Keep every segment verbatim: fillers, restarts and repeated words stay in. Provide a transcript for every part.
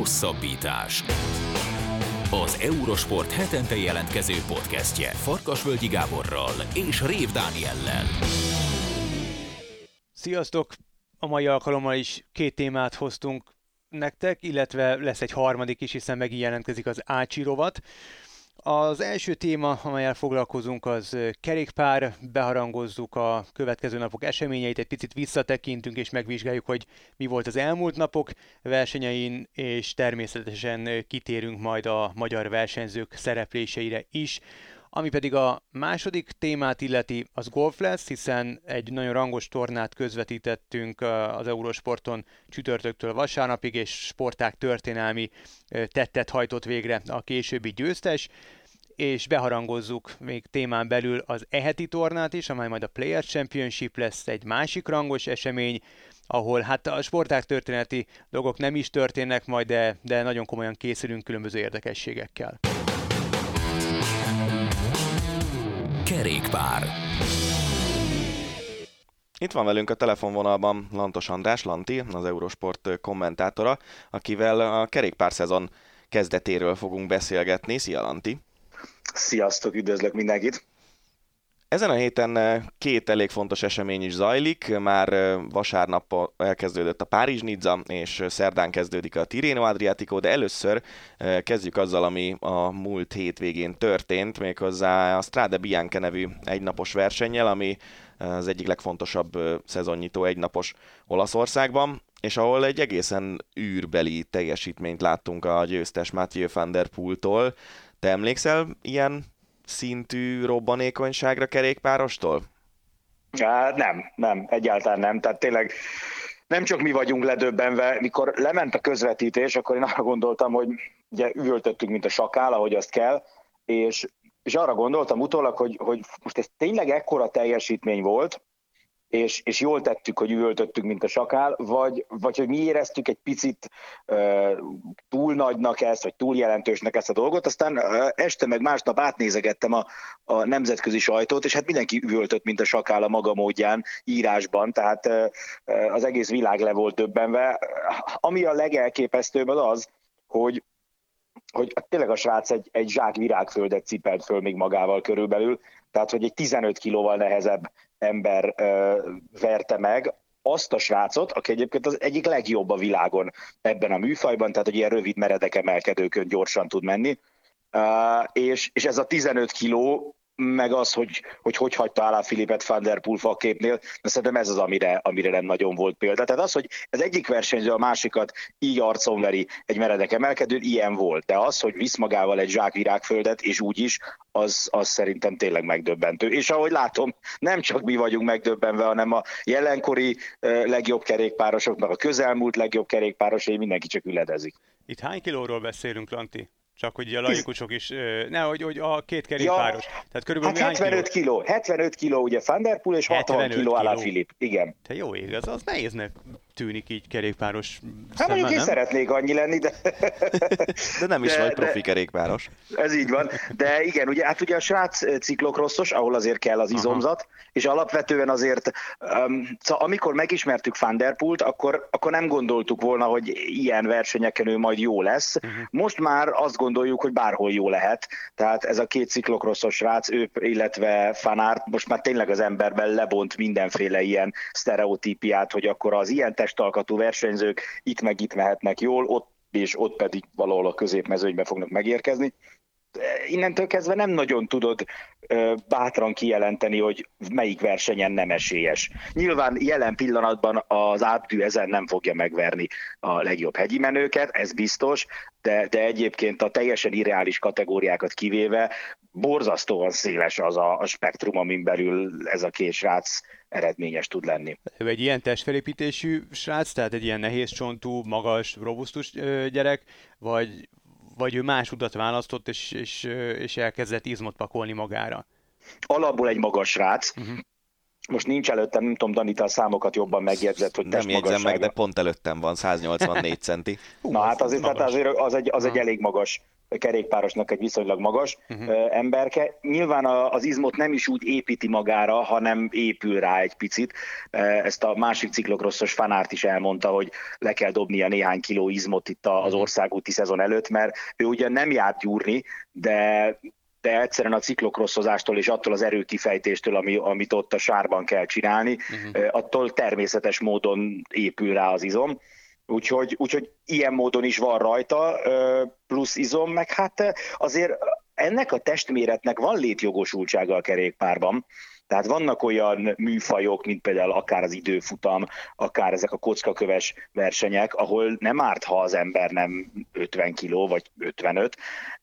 Hosszabbítás. Az Eurosport hetente jelentkező podcastje Farkasvölgyi Gáborral és Rév Dániellel. Sziasztok! A mai alkalommal is két témát hoztunk nektek, illetve lesz egy harmadik is, hiszen megint jelentkezik az Ácsi rovat. Az első téma, amelyel foglalkozunk, az kerékpár. Beharangozzuk a következő napok eseményeit, egy picit visszatekintünk és megvizsgáljuk, hogy mi volt az elmúlt napok versenyein, és természetesen kitérünk majd a magyar versenyzők szerepléseire is. Ami pedig a második témát illeti, az golf lesz, hiszen egy nagyon rangos tornát közvetítettünk az Eurosporton csütörtöktől vasárnapig, és sportág történelmi tettet hajtott végre a későbbi győztes, és beharangozzuk még témán belül az eheti tornát is, amely majd a Players Championship lesz, egy másik rangos esemény, ahol hát a sportág történeti dolgok nem is történnek majd, de, de nagyon komolyan készülünk különböző érdekességekkel. Kerékpár. Itt van velünk a telefonvonalban Lantos András, Lanti, az Eurosport kommentátora, akivel a kerékpár szezon kezdetéről fogunk beszélgetni. Szia, Lanti! Sziasztok, üdvözlök mindenkit! Ezen a héten két elég fontos esemény is zajlik, már vasárnap elkezdődött a Párizs-Nizza, és szerdán kezdődik a Tirreno-Adriatico, de először kezdjük azzal, ami a múlt hétvégén történt, méghozzá a Strade Bianche nevű egynapos versennyel, ami az egyik legfontosabb szezonnyitó egynapos Olaszországban, és ahol egy egészen űrbeli teljesítményt láttunk a győztes Mathieu van der Poeltól. Te emlékszel ilyen szintű robbanékonyságra kerékpárostól? Hát nem, nem, egyáltalán nem. Tehát tényleg nem csak mi vagyunk ledöbbenve. Mikor lement a közvetítés, akkor én arra gondoltam, hogy ugye üvöltöttünk, mint a sakál, ahogy azt kell, és, és arra gondoltam utólag, hogy, hogy most ez tényleg ekkora teljesítmény volt, és, és jól tettük, hogy üvöltöttük, mint a sakál, vagy, vagy hogy mi éreztük egy picit uh, túl nagynak ezt, vagy túl jelentősnek ezt a dolgot, aztán uh, este meg másnap átnézegettem a, a nemzetközi sajtót, és hát mindenki üvöltött, mint a sakál a maga módján, írásban, tehát uh, az egész világ le volt döbbenve. Ami a legelképesztőbb az az, hogy hogy tényleg a srác egy, egy zsák virágföldet cipelt föl még magával körülbelül, tehát hogy egy tizenöt kilóval nehezebb ember ö, verte meg azt a srácot, aki egyébként az egyik legjobb a világon ebben a műfajban, tehát hogy ilyen rövid, meredek emelkedőkön gyorsan tud menni, uh, és, és ez a tizenöt kiló, meg az, hogy hogy, hogy hagyta Alaphilippet Van der Poel fakképnél, de szerintem ez az, amire, amire nem nagyon volt példa. Tehát az, hogy az egyik versenyző a másikat így arcon veri egy meredek emelkedőn, ilyen volt. De az, hogy visz magával egy zsák virágföldet, és úgy is, az, az szerintem tényleg megdöbbentő. És ahogy látom, nem csak mi vagyunk megdöbbenve, hanem a jelenkori uh, legjobb kerékpárosoknak, a közelmúlt legjobb kerékpárosai, mindenki csak üledezik. Itt hány kilóról beszélünk, Lanti? Csak hogy a laikusok is, ne, hogy, hogy a két kerékpáros. Ja, Tehát körülbelül hát hetvenöt kiló? hetvenöt kiló ugye Van der Poel, és hatvan kiló Alaphilipp. Igen. Te jó ég, az, az nehéznek tűnik így kerékpáros. Hát mondjuk én szeretnék annyi lenni, de... de nem is de, vagy profi de... kerékpáros. Ez így van. De igen, ugye, hát ugye a srác ciklokrosszos, ahol azért kell az izomzat, aha, és alapvetően azért, um, szóval amikor megismertük Van der Poelt, akkor, akkor nem gondoltuk volna, hogy ilyen versenyeken ő majd jó lesz. Uh-huh. Most már azt gondoljuk, hogy bárhol jó lehet. Tehát ez a két ciklokrosszos srác, ő, illetve Van Aert most már tényleg az emberben lebont mindenféle ilyen sztereotípiát, hogy akkor az ilyen testalkatú versenyzők itt meg itt mehetnek jól, ott és ott pedig valahol a középmezőnybe fognak megérkezni. Innentől kezdve nem nagyon tudod ö, bátran kijelenteni, hogy melyik versenyen nem esélyes. Nyilván jelen pillanatban az Alpe d'Huez ezen nem fogja megverni a legjobb hegyi menőket, ez biztos, de, de egyébként a teljesen irreális kategóriákat kivéve borzasztóan széles az a, a spektrum, amin belül ez a két srác eredményes tud lenni. Ő egy ilyen testfelépítésű srác, tehát egy ilyen nehéz csontú, magas, robusztus gyerek, vagy vagy ő más utat választott, és, és, és elkezdett izmot pakolni magára? Alapból egy magas srác. Uh-huh. Most nincs előttem, nem tudom, Dani, a számokat jobban megjegyzett, hogy nem jegyzem meg, de pont előttem van, száznyolcvannégy centi. Na hát azért, hát azért az, egy, az egy elég magas kerékpárosnak egy viszonylag magas uh-huh. emberke. Nyilván az izmot nem is úgy építi magára, hanem épül rá egy picit. Ezt a másik ciklokrosszos Van Aert is elmondta, hogy le kell dobnia néhány kiló izmot itt az országúti szezon előtt, mert ő ugye nem járt gyúrni, de de egyszerűen a ciklokrosszozástól és attól az erőkifejtéstől, ami, amit ott a sárban kell csinálni, uh-huh. attól természetes módon épül rá az izom. Úgyhogy, úgyhogy ilyen módon is van rajta plusz izom, meg hát azért ennek a testméretnek van létjogosultsága a kerékpárban. Tehát vannak olyan műfajok, mint például akár az időfutam, akár ezek a kockaköves versenyek, ahol nem árt, ha az ember nem ötven kiló vagy ötvenöt,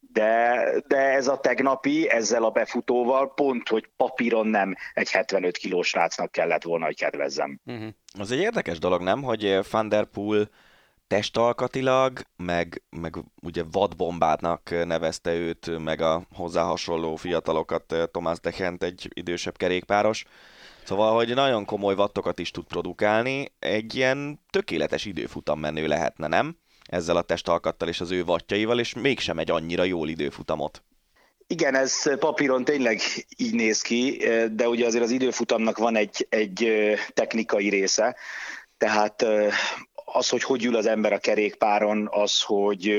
de, de ez a tegnapi, ezzel a befutóval pont, hogy papíron nem egy hetvenöt kilós srácnak kellett volna, hogy kedvezzem. Uh-huh. Az egy érdekes dolog, nem, hogy Van der Poel testalkatilag, meg, meg ugye vadbombádnak nevezte őt, meg a hozzá hasonló fiatalokat Thomas de Gendt, egy idősebb kerékpáros. Szóval, hogy nagyon komoly wattokat is tud produkálni, egy ilyen tökéletes időfutammenő lehetne, nem? Ezzel a testalkattal és az ő wattjaival, és mégsem egy annyira jól időfutamot. Igen, ez papíron tényleg így néz ki, de ugye azért az időfutamnak van egy, egy technikai része, tehát az, hogy hogy ül az ember a kerékpáron, az, hogy,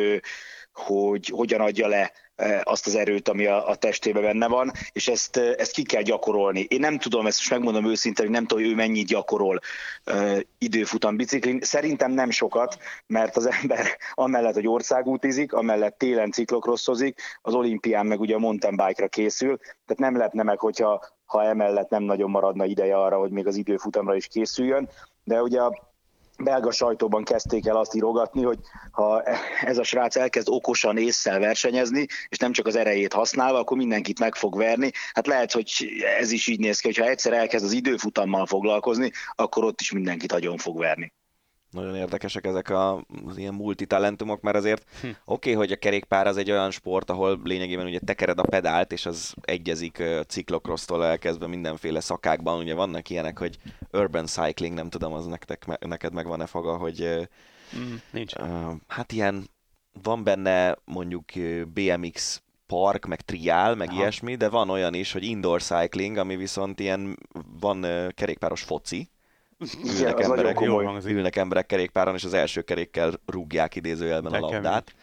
hogy hogyan adja le azt az erőt, ami a, a testében benne van, és ezt, ezt ki kell gyakorolni. Én nem tudom, ezt most megmondom őszintén, hogy nem tudom, hogy ő mennyit gyakorol uh, időfutam biciklin. Szerintem nem sokat, mert az ember amellett, hogy országútizik, amellett télen ciklokrosszozik, az olimpián meg ugye a mountain bike-ra készül, tehát nem lepne meg, hogyha ha emellett nem nagyon maradna ideje arra, hogy még az időfutamra is készüljön, de ugye a belga sajtóban kezdték el azt írogatni, hogy ha ez a srác elkezd okosan ésszel versenyezni, és nem csak az erejét használva, akkor mindenkit meg fog verni. Hát lehet, hogy ez is így néz ki, hogy ha egyszer elkezd az időfutammal foglalkozni, akkor ott is mindenkit agyon fog verni. Nagyon érdekesek ezek a, az ilyen multitalentumok, mert azért hm. oké, okay, hogy a kerékpár az egy olyan sport, ahol lényegében ugye tekered a pedált, és az egyezik ciklokrossztól elkezdve mindenféle szakákban. Ugye vannak ilyenek, hogy urban cycling, nem tudom, az nektek, neked megvan-e Faga, hogy mm, nincs. Uh, hát ilyen, van benne mondjuk bé em iksz park, meg triál, meg Aha. ilyesmi, de van olyan is, hogy indoor cycling, ami viszont ilyen, van uh, kerékpáros foci, Ülnek, ja, emberek, jól, ülnek emberek kerékpáron, és az első kerékkel rúgják idézőjelben Nekem. a labdát.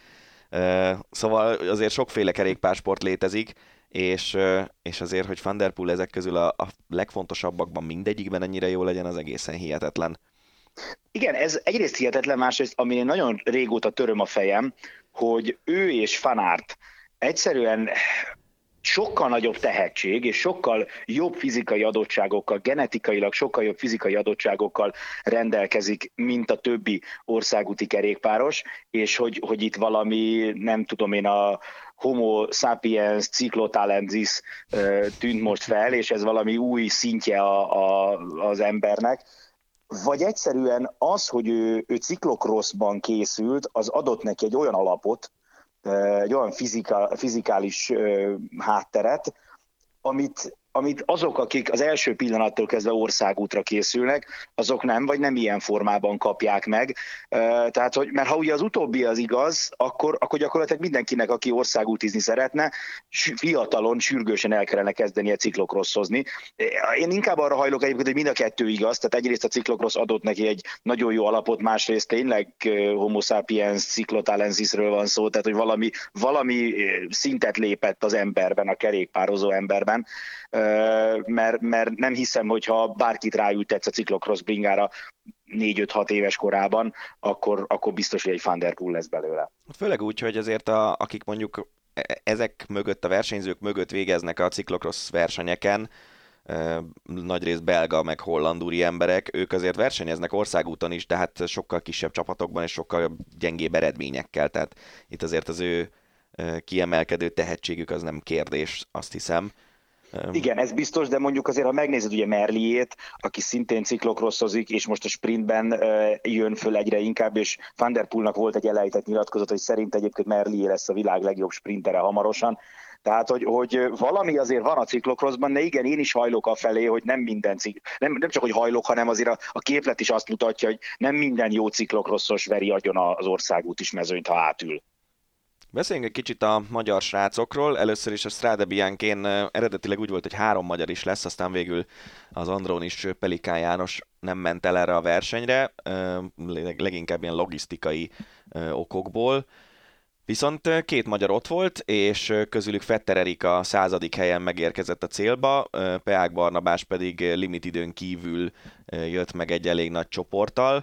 Uh, szóval azért sokféle kerékpársport létezik, és, uh, és azért, hogy Van der Poel ezek közül a, a legfontosabbakban mindegyikben ennyire jó legyen, az egészen hihetetlen. Igen, ez egyrészt hihetetlen, másrészt, amin nagyon régóta töröm a fejem, hogy ő és Van Aert egyszerűen sokkal nagyobb tehetség, és sokkal jobb fizikai adottságokkal, genetikailag sokkal jobb fizikai adottságokkal rendelkezik, mint a többi országúti kerékpáros, és hogy, hogy itt valami, nem tudom én, a Homo sapiens cyclotalensis tűnt most fel, és ez valami új szintje a, a, az embernek, vagy egyszerűen az, hogy ő, ő ciklokrosszban készült, az adott neki egy olyan alapot, egy olyan fizika, fizikális uh, hátteret, amit, amit azok, akik az első pillanattól kezdve országútra készülnek, azok nem, vagy nem ilyen formában kapják meg. Uh, tehát, hogy, mert ha ugye az utóbbi az igaz, akkor, akkor gyakorlatilag mindenkinek, aki országútizni szeretne, fiatalon, sürgősen el kellene kezdenie ciklokrosszozni. Én inkább arra hajlok egyébként, hogy mind a kettő igaz, tehát egyrészt a ciklokrossz adott neki egy nagyon jó alapot, másrészt tényleg Homo sapiens cyclotalensisről van szó, tehát hogy valami, valami szintet lépett az emberben, a kerékpározó emberben, mert, mert nem hiszem, hogy ha bárkit ráültetsz a ciklokrosz bringára négy-öt-hat éves korában, akkor, akkor biztos, hogy egy Van der Poel lesz belőle. Főleg úgy, hogy azért a, akik mondjuk ezek mögött, a versenyzők mögött végeznek a ciklokrosz versenyeken, nagyrészt belga, meg holland úri emberek, ők azért versenyeznek országúton is, de hát sokkal kisebb csapatokban és sokkal gyengébb eredményekkel, tehát itt azért az ő kiemelkedő tehetségük az nem kérdés, azt hiszem. Igen, ez biztos, de mondjuk azért, ha megnézed ugye Merliét, aki szintén ciklokrosszozik, és most a sprintben uh, jön föl egyre inkább, és Van der Poelnak volt egy elejtett nyilatkozat, hogy szerint egyébként Merlié lesz a világ legjobb sprintere hamarosan. Tehát, hogy, hogy valami azért van a ciklokrosszban, de igen, én is hajlok afelé, hogy nem minden cikl, nem, nem csak, hogy hajlok, hanem azért a, a képlet is azt mutatja, hogy nem minden jó ciklokrosszos veri agyon az országút is mezőnyt, ha átül. Beszéljünk egy kicsit a magyar srácokról. Először is a Strade Bianchén eredetileg úgy volt, hogy három magyar is lesz, aztán végül az Andrónis Pelikán János nem ment el erre a versenyre, leginkább ilyen logisztikai okokból. Viszont két magyar ott volt, és közülük Fetter Erik a századik helyen megérkezett a célba, Peák Barnabás pedig limit időn kívül jött meg egy elég nagy csoporttal,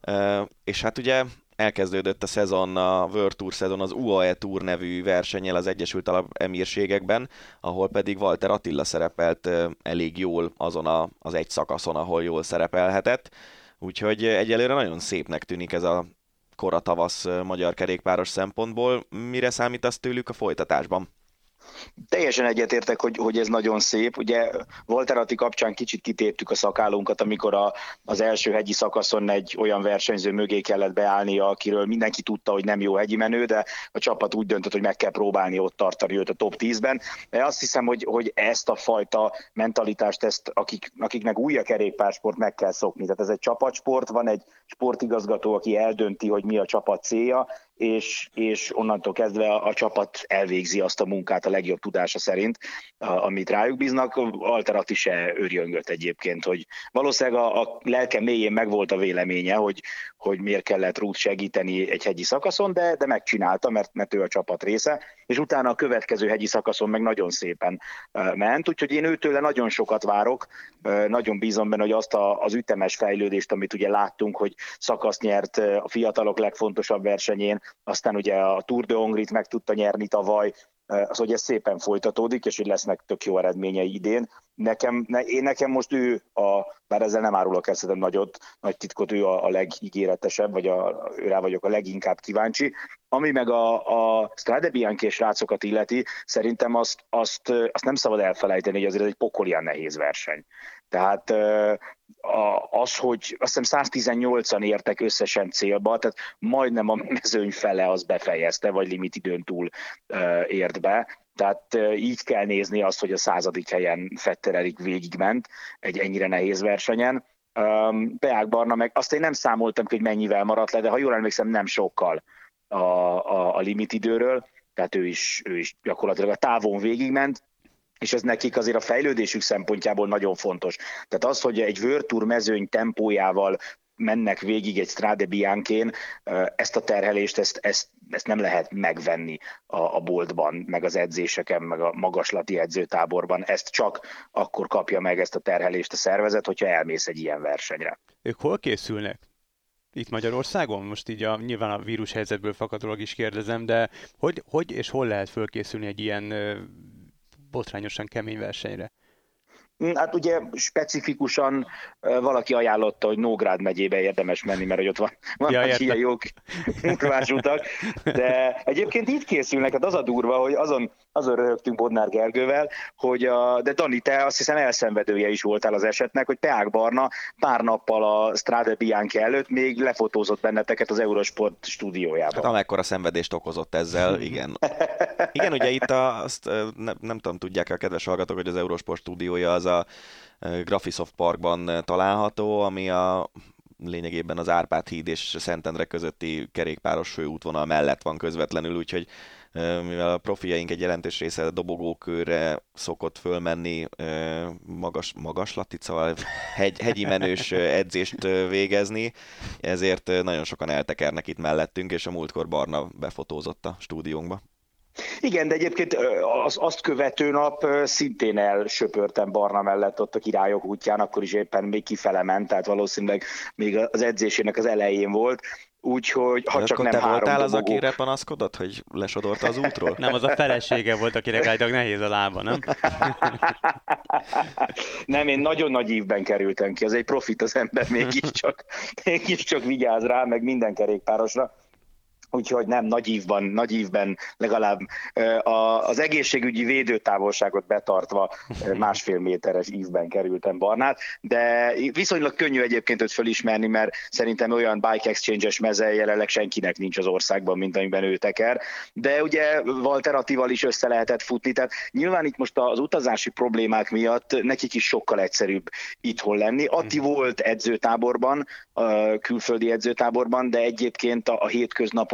és hát ugye elkezdődött a szezon, a World Tour szezon az u á e Tour nevű versennyel az Egyesült Arab Emírségekben, ahol pedig Walter Attila szerepelt elég jól azon a, az egy szakaszon, ahol jól szerepelhetett. Úgyhogy egyelőre nagyon szépnek tűnik ez a kora tavasz magyar kerékpáros szempontból. Mire számítasz tőlük a folytatásban? Teljesen egyetértek, hogy, hogy ez nagyon szép. Ugye Walter Atti kapcsán kicsit kitéptük a szakállunkat, amikor a, az első hegyi szakaszon egy olyan versenyző mögé kellett beállnia, akiről mindenki tudta, hogy nem jó hegyi menő, de a csapat úgy döntött, hogy meg kell próbálni ott tartani őt a top tízben. De azt hiszem, hogy, hogy ezt a fajta mentalitást, ezt, akik, akiknek új a kerékpársport, meg kell szokni. Tehát ez egy csapatsport, van egy sportigazgató, aki eldönti, hogy mi a csapat célja, és, és onnantól kezdve a, a csapat elvégzi azt a munkát a legjobb tudása szerint, a, amit rájuk bíznak. Walter Atti se őrjöngött egyébként, hogy valószínűleg a, a lelke mélyén megvolt a véleménye, hogy, hogy miért kellett Ruth segíteni egy hegyi szakaszon, de, de megcsinálta, mert, mert ő a csapat része, és utána a következő hegyi szakaszon meg nagyon szépen uh, ment, úgyhogy én őtőle nagyon sokat várok, uh, nagyon bízom benne, hogy azt a, az ütemes fejlődést, amit ugye láttunk, hogy szakaszt nyert a fiatalok legfontosabb versenyén, aztán ugye a Tour de Hongrit meg tudta nyerni tavaly, az, hogy ez szépen folytatódik, és hogy lesznek tök jó eredményei idén. Nekem, ne, én nekem most ő, a, bár ezzel nem árulok el szerintem nagyot, nagy titkot, ő a, a legígéretesebb, vagy a, rá vagyok a leginkább kíváncsi. Ami meg a, a Strade Bianchi srácokat illeti, szerintem azt, azt, azt nem szabad elfelejteni, hogy azért ez egy pokolian nehéz verseny. Tehát az, hogy azt hiszem száztizennyolcan értek összesen célba, tehát majdnem a mezőny fele az befejezte, vagy limitidőn túl ért be. Tehát így kell nézni azt, hogy a századik helyen Fetter Erik végigment egy ennyire nehéz versenyen. Peák Barna meg azt én nem számoltam ki, hogy mennyivel maradt le, de ha jól emlékszem, nem sokkal a, a, a limitidőről, tehát ő is, ő is gyakorlatilag a távon végigment, és ez nekik azért a fejlődésük szempontjából nagyon fontos. Tehát az, hogy egy World Tour mezőny tempójával mennek végig egy Strade Bianchén, ezt a terhelést, ezt, ezt, ezt nem lehet megvenni a, a boltban, meg az edzéseken, meg a magaslati edzőtáborban. Ezt csak akkor kapja meg ezt a terhelést a szervezet, hogyha elmész egy ilyen versenyre. Ők hol készülnek? Itt Magyarországon? Most így a, nyilván a vírus helyzetből fakadólag is kérdezem, de hogy, hogy és hol lehet fölkészülni egy ilyen ö, botrányosan kemény versenyre? Hát ugye specifikusan valaki ajánlotta, hogy Nógrád megyébe érdemes menni, mert hogy ott van, vannak ja, ilyen jók munkavársutak, de egyébként itt készülnek, hát az a durva, hogy azon, azon röhögtünk Bodnár Gergővel, hogy a, de Dani, te azt hiszem elszenvedője is voltál az esetnek, hogy Peák Barna pár nappal a Strade Bianchi előtt még lefotózott benneteket az Eurosport stúdiójában. Hát amekkora szenvedést okozott ezzel, igen. Igen, ugye itt a, azt nem, nem tudom, tudják a kedves hallgatók, hogy az Eurosport stúdiója az a Graphisoft Parkban található, ami a lényegében az Árpád híd és Szentendre közötti kerékpáros főútvonal mellett van közvetlenül, úgyhogy mivel a profiaink egy jelentős része dobogókőre szokott fölmenni, magas, magaslati, szóval hegy, hegyi menős edzést végezni, ezért nagyon sokan eltekernek itt mellettünk, és a múltkor Barna befotózott a stúdiónkba. Igen, de egyébként az, azt követő nap szintén elsöpörtem Barna mellett ott a Királyok útján, akkor is éppen még kifele ment, tehát valószínűleg még az edzésének az elején volt. Úgyhogy, ha de csak nem te három voltál dobogó... az, akire panaszkodott, hogy lesodorta az útról? Nem, az a felesége volt, akinek állítólag nehéz a lába, nem? Nem, én nagyon nagy ívben kerültem ki, az egy profit az ember mégiscsak, mégiscsak vigyáz rá, meg minden kerékpárosra. Úgyhogy nem, nagy ívban, nagy ívben legalább az egészségügyi védőtávolságot betartva másfél méteres ívben kerültem Barnát, de viszonylag könnyű egyébként őt fölismerni, mert szerintem olyan bike exchange-es meze jelenleg senkinek nincs az országban, mint amiben ő teker. De ugye Walter Attival is össze lehetett futni, tehát nyilván itt most az utazási problémák miatt nekik is sokkal egyszerűbb itthon lenni. Atti volt edzőtáborban, külföldi edzőtáborban, de egyébként a hétköznapok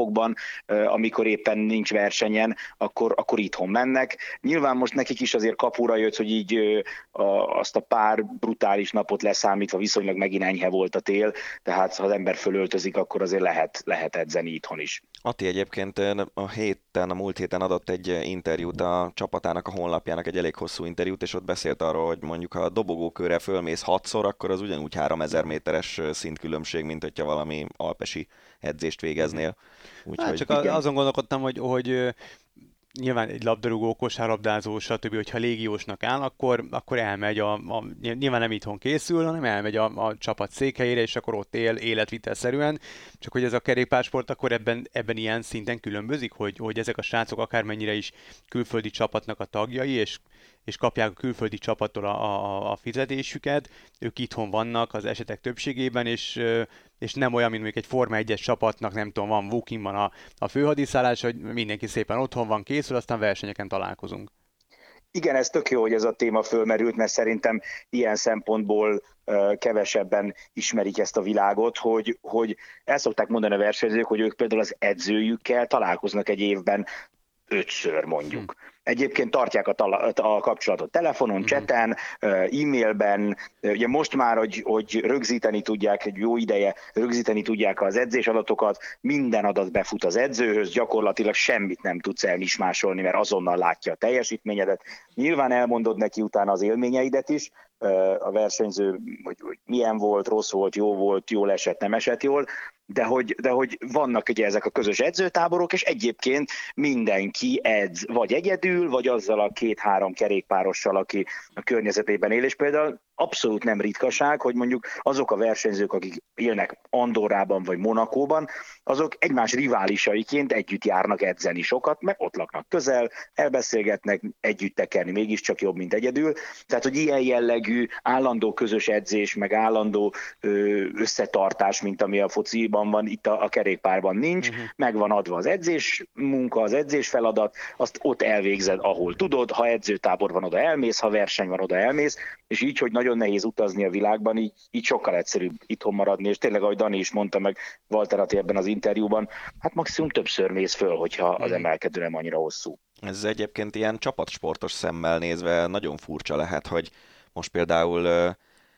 napokban, amikor éppen nincs versenyen, akkor, akkor itthon mennek. Nyilván most nekik is azért kapura jött, hogy így a, azt a pár brutális napot leszámítva viszonylag megint enyhe volt a tél, tehát ha az ember fölöltözik, akkor azért lehet, lehet edzeni itthon is. Ati egyébként a héten, a múlt héten adott egy interjút a csapatának a honlapjának, egy elég hosszú interjút, és ott beszélt arról, hogy mondjuk ha a dobogókőre fölmész hatszor, akkor az ugyanúgy háromezer méteres szintkülönbség, mint hogyha valami alpesi edzést végeznél. Úgyhogy, hát csak igen. Azon gondolkodtam, hogy, hogy nyilván egy labdarúgó, kosárlabdázó, stb., hogyha légiósnak áll, akkor, akkor elmegy, a, a, nyilván nem itthon készül, hanem elmegy a, a csapat székhelyére, és akkor ott él életvitelszerűen. Csak hogy ez a kerékpársport akkor ebben, ebben ilyen szinten különbözik, hogy, hogy ezek a srácok akármennyire is külföldi csapatnak a tagjai, és, és kapják a külföldi csapattól a, a, a fizetésüket, ők itthon vannak az esetek többségében, és és nem olyan, mint mondjuk egy Forma egyes csapatnak, nem tudom, van Vukinban a, a főhadiszállás, hogy mindenki szépen otthon van, készül, aztán versenyeken találkozunk. Igen, ez tök jó, hogy ez a téma fölmerült, mert szerintem ilyen szempontból uh, kevesebben ismerik ezt a világot, hogy, hogy el szokták mondani a versenyzők, hogy ők például az edzőjükkel találkoznak egy évben ötször mondjuk. Hmm. Egyébként tartják a, tala- a kapcsolatot telefonon, cseten, e-mailben. Ugye most már, hogy, hogy rögzíteni tudják, egy jó ideje rögzíteni tudják az edzésadatokat, minden adat befut az edzőhöz, gyakorlatilag semmit nem tudsz elmismásolni, mert azonnal látja a teljesítményedet. Nyilván elmondod neki utána az élményeidet is, a versenyző, hogy, hogy milyen volt, rossz volt, jó volt, jól esett, nem esett jól, de hogy, de hogy vannak ugye ezek a közös edzőtáborok, és egyébként mindenki edz, vagy egyedül, vagy azzal a két-három kerékpárossal, aki a környezetében él, és például abszolút nem ritkaság, hogy mondjuk azok a versenyzők, akik élnek Andorrában vagy Monakóban, azok egymás riválisaiként együtt járnak edzeni sokat, mert ott laknak közel, elbeszélgetnek, együtt tekerni mégiscsak jobb, mint egyedül. Tehát, hogy ilyen jellegű állandó közös edzés, meg állandó ö, összetartás, mint ami a fociban van, itt a, a kerékpárban nincs, uh-huh. meg van adva az edzés munka, az edzés feladat, azt ott elvégzed, ahol tudod, ha edzőtábor van, oda elmész, ha verseny van, oda elmész, és így, hogy nagyon nehéz utazni a világban, így, így sokkal egyszerűbb itthon maradni, és tényleg, ahogy Dani is mondta, meg Walter Atti ebben az interjúban, hát maximum többször mész föl, hogyha az emelkedő nem annyira hosszú. Ez egyébként ilyen csapatsportos szemmel nézve nagyon furcsa lehet, hogy most például uh,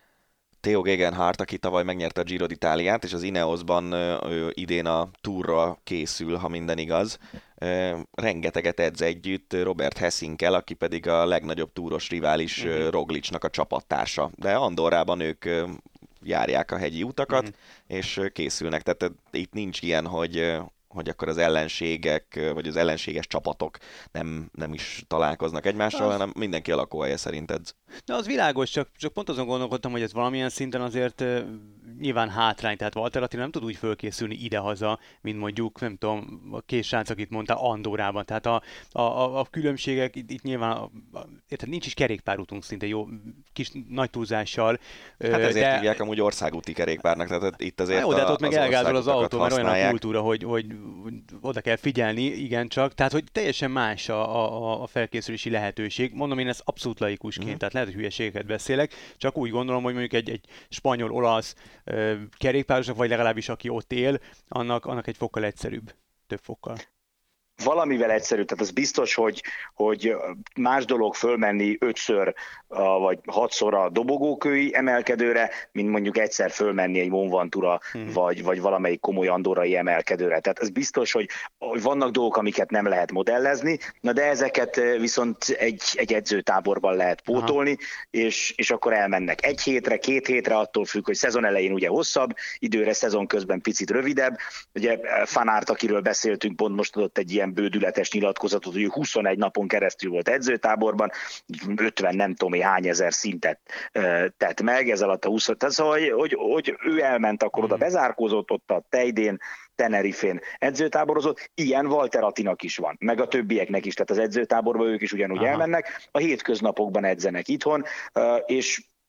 Theo Gegenhardt, aki tavaly megnyerte a Giro d'Italiát, és az Ineosban uh, idén a Tourra készül, ha minden igaz. Uh, rengeteget edz együtt Robert Hessinkel, aki pedig a legnagyobb túros rivális uh, Roglicnak a csapattársa. De Andorrában ők uh, járják a hegyi utakat, uh-huh. és uh, készülnek. Tehát uh, itt nincs ilyen, hogy... Uh, hogy akkor az ellenségek, vagy az ellenséges csapatok nem, nem is találkoznak egymással, az... hanem mindenki a lakóhelye szerint edz. Na, az világos, csak, csak pont azon gondolkodtam, hogy ez valamilyen szinten azért uh, nyilván hátrány, tehát Walter Attila nem tud úgy fölkészülni idehaza, mint mondjuk, nem tudom, a két srác, akit mondtál, Andorrában. Tehát a, a, a, a különbségek itt, itt nyilván, a, a, érted, nincs is kerékpárutunk szinte jó, kis nagy túlzással. Hát ezért de... hívják amúgy országúti kerékpárnak, tehát itt azért jó, de hát ott meg elgázol az autó, mert használják. olyan a kultúra, hogy, hogy oda kell figyelni, igencsak, tehát hogy teljesen más a, a, a felkészülési lehetőség. Mondom, én ezt abszolút laikusként, mm. tehát lehet, hogy hülyeségeket beszélek, csak úgy gondolom, hogy mondjuk egy, egy spanyol, olasz uh, kerékpárosnak, vagy legalábbis aki ott él, annak, annak egy fokkal egyszerűbb, több fokkal. Valamivel egyszerű, tehát az biztos, hogy, hogy más dolog fölmenni ötször vagy hatszor a dobogókői emelkedőre, mint mondjuk egyszer fölmenni egy Mont Ventura, hmm. vagy, vagy valamelyik komoly andorrai emelkedőre. Tehát ez biztos, hogy vannak dolgok, amiket nem lehet modellezni, na de ezeket viszont egy, egy edzőtáborban lehet pótolni, és, és akkor elmennek egy hétre, két hétre, attól függ, hogy szezon elején ugye hosszabb, időre szezon közben picit rövidebb. Ugye Van Aert, akiről beszéltünk, pont most adott egy ilyen bődületes nyilatkozatot, hogy huszonegy napon keresztül volt edzőtáborban, ötven nem tudom hány ezer szintet tett meg, ez alatt a húsz, tehát szóval, hogy, hogy, hogy ő elment, akkor oda bezárkózott, ott a Teidén, Tenerifén edzőtáborozott, ilyen Walter Attinak is van, meg a többieknek is, tehát az edzőtáborban ők is ugyanúgy Aha. elmennek, a hétköznapokban edzenek itthon, és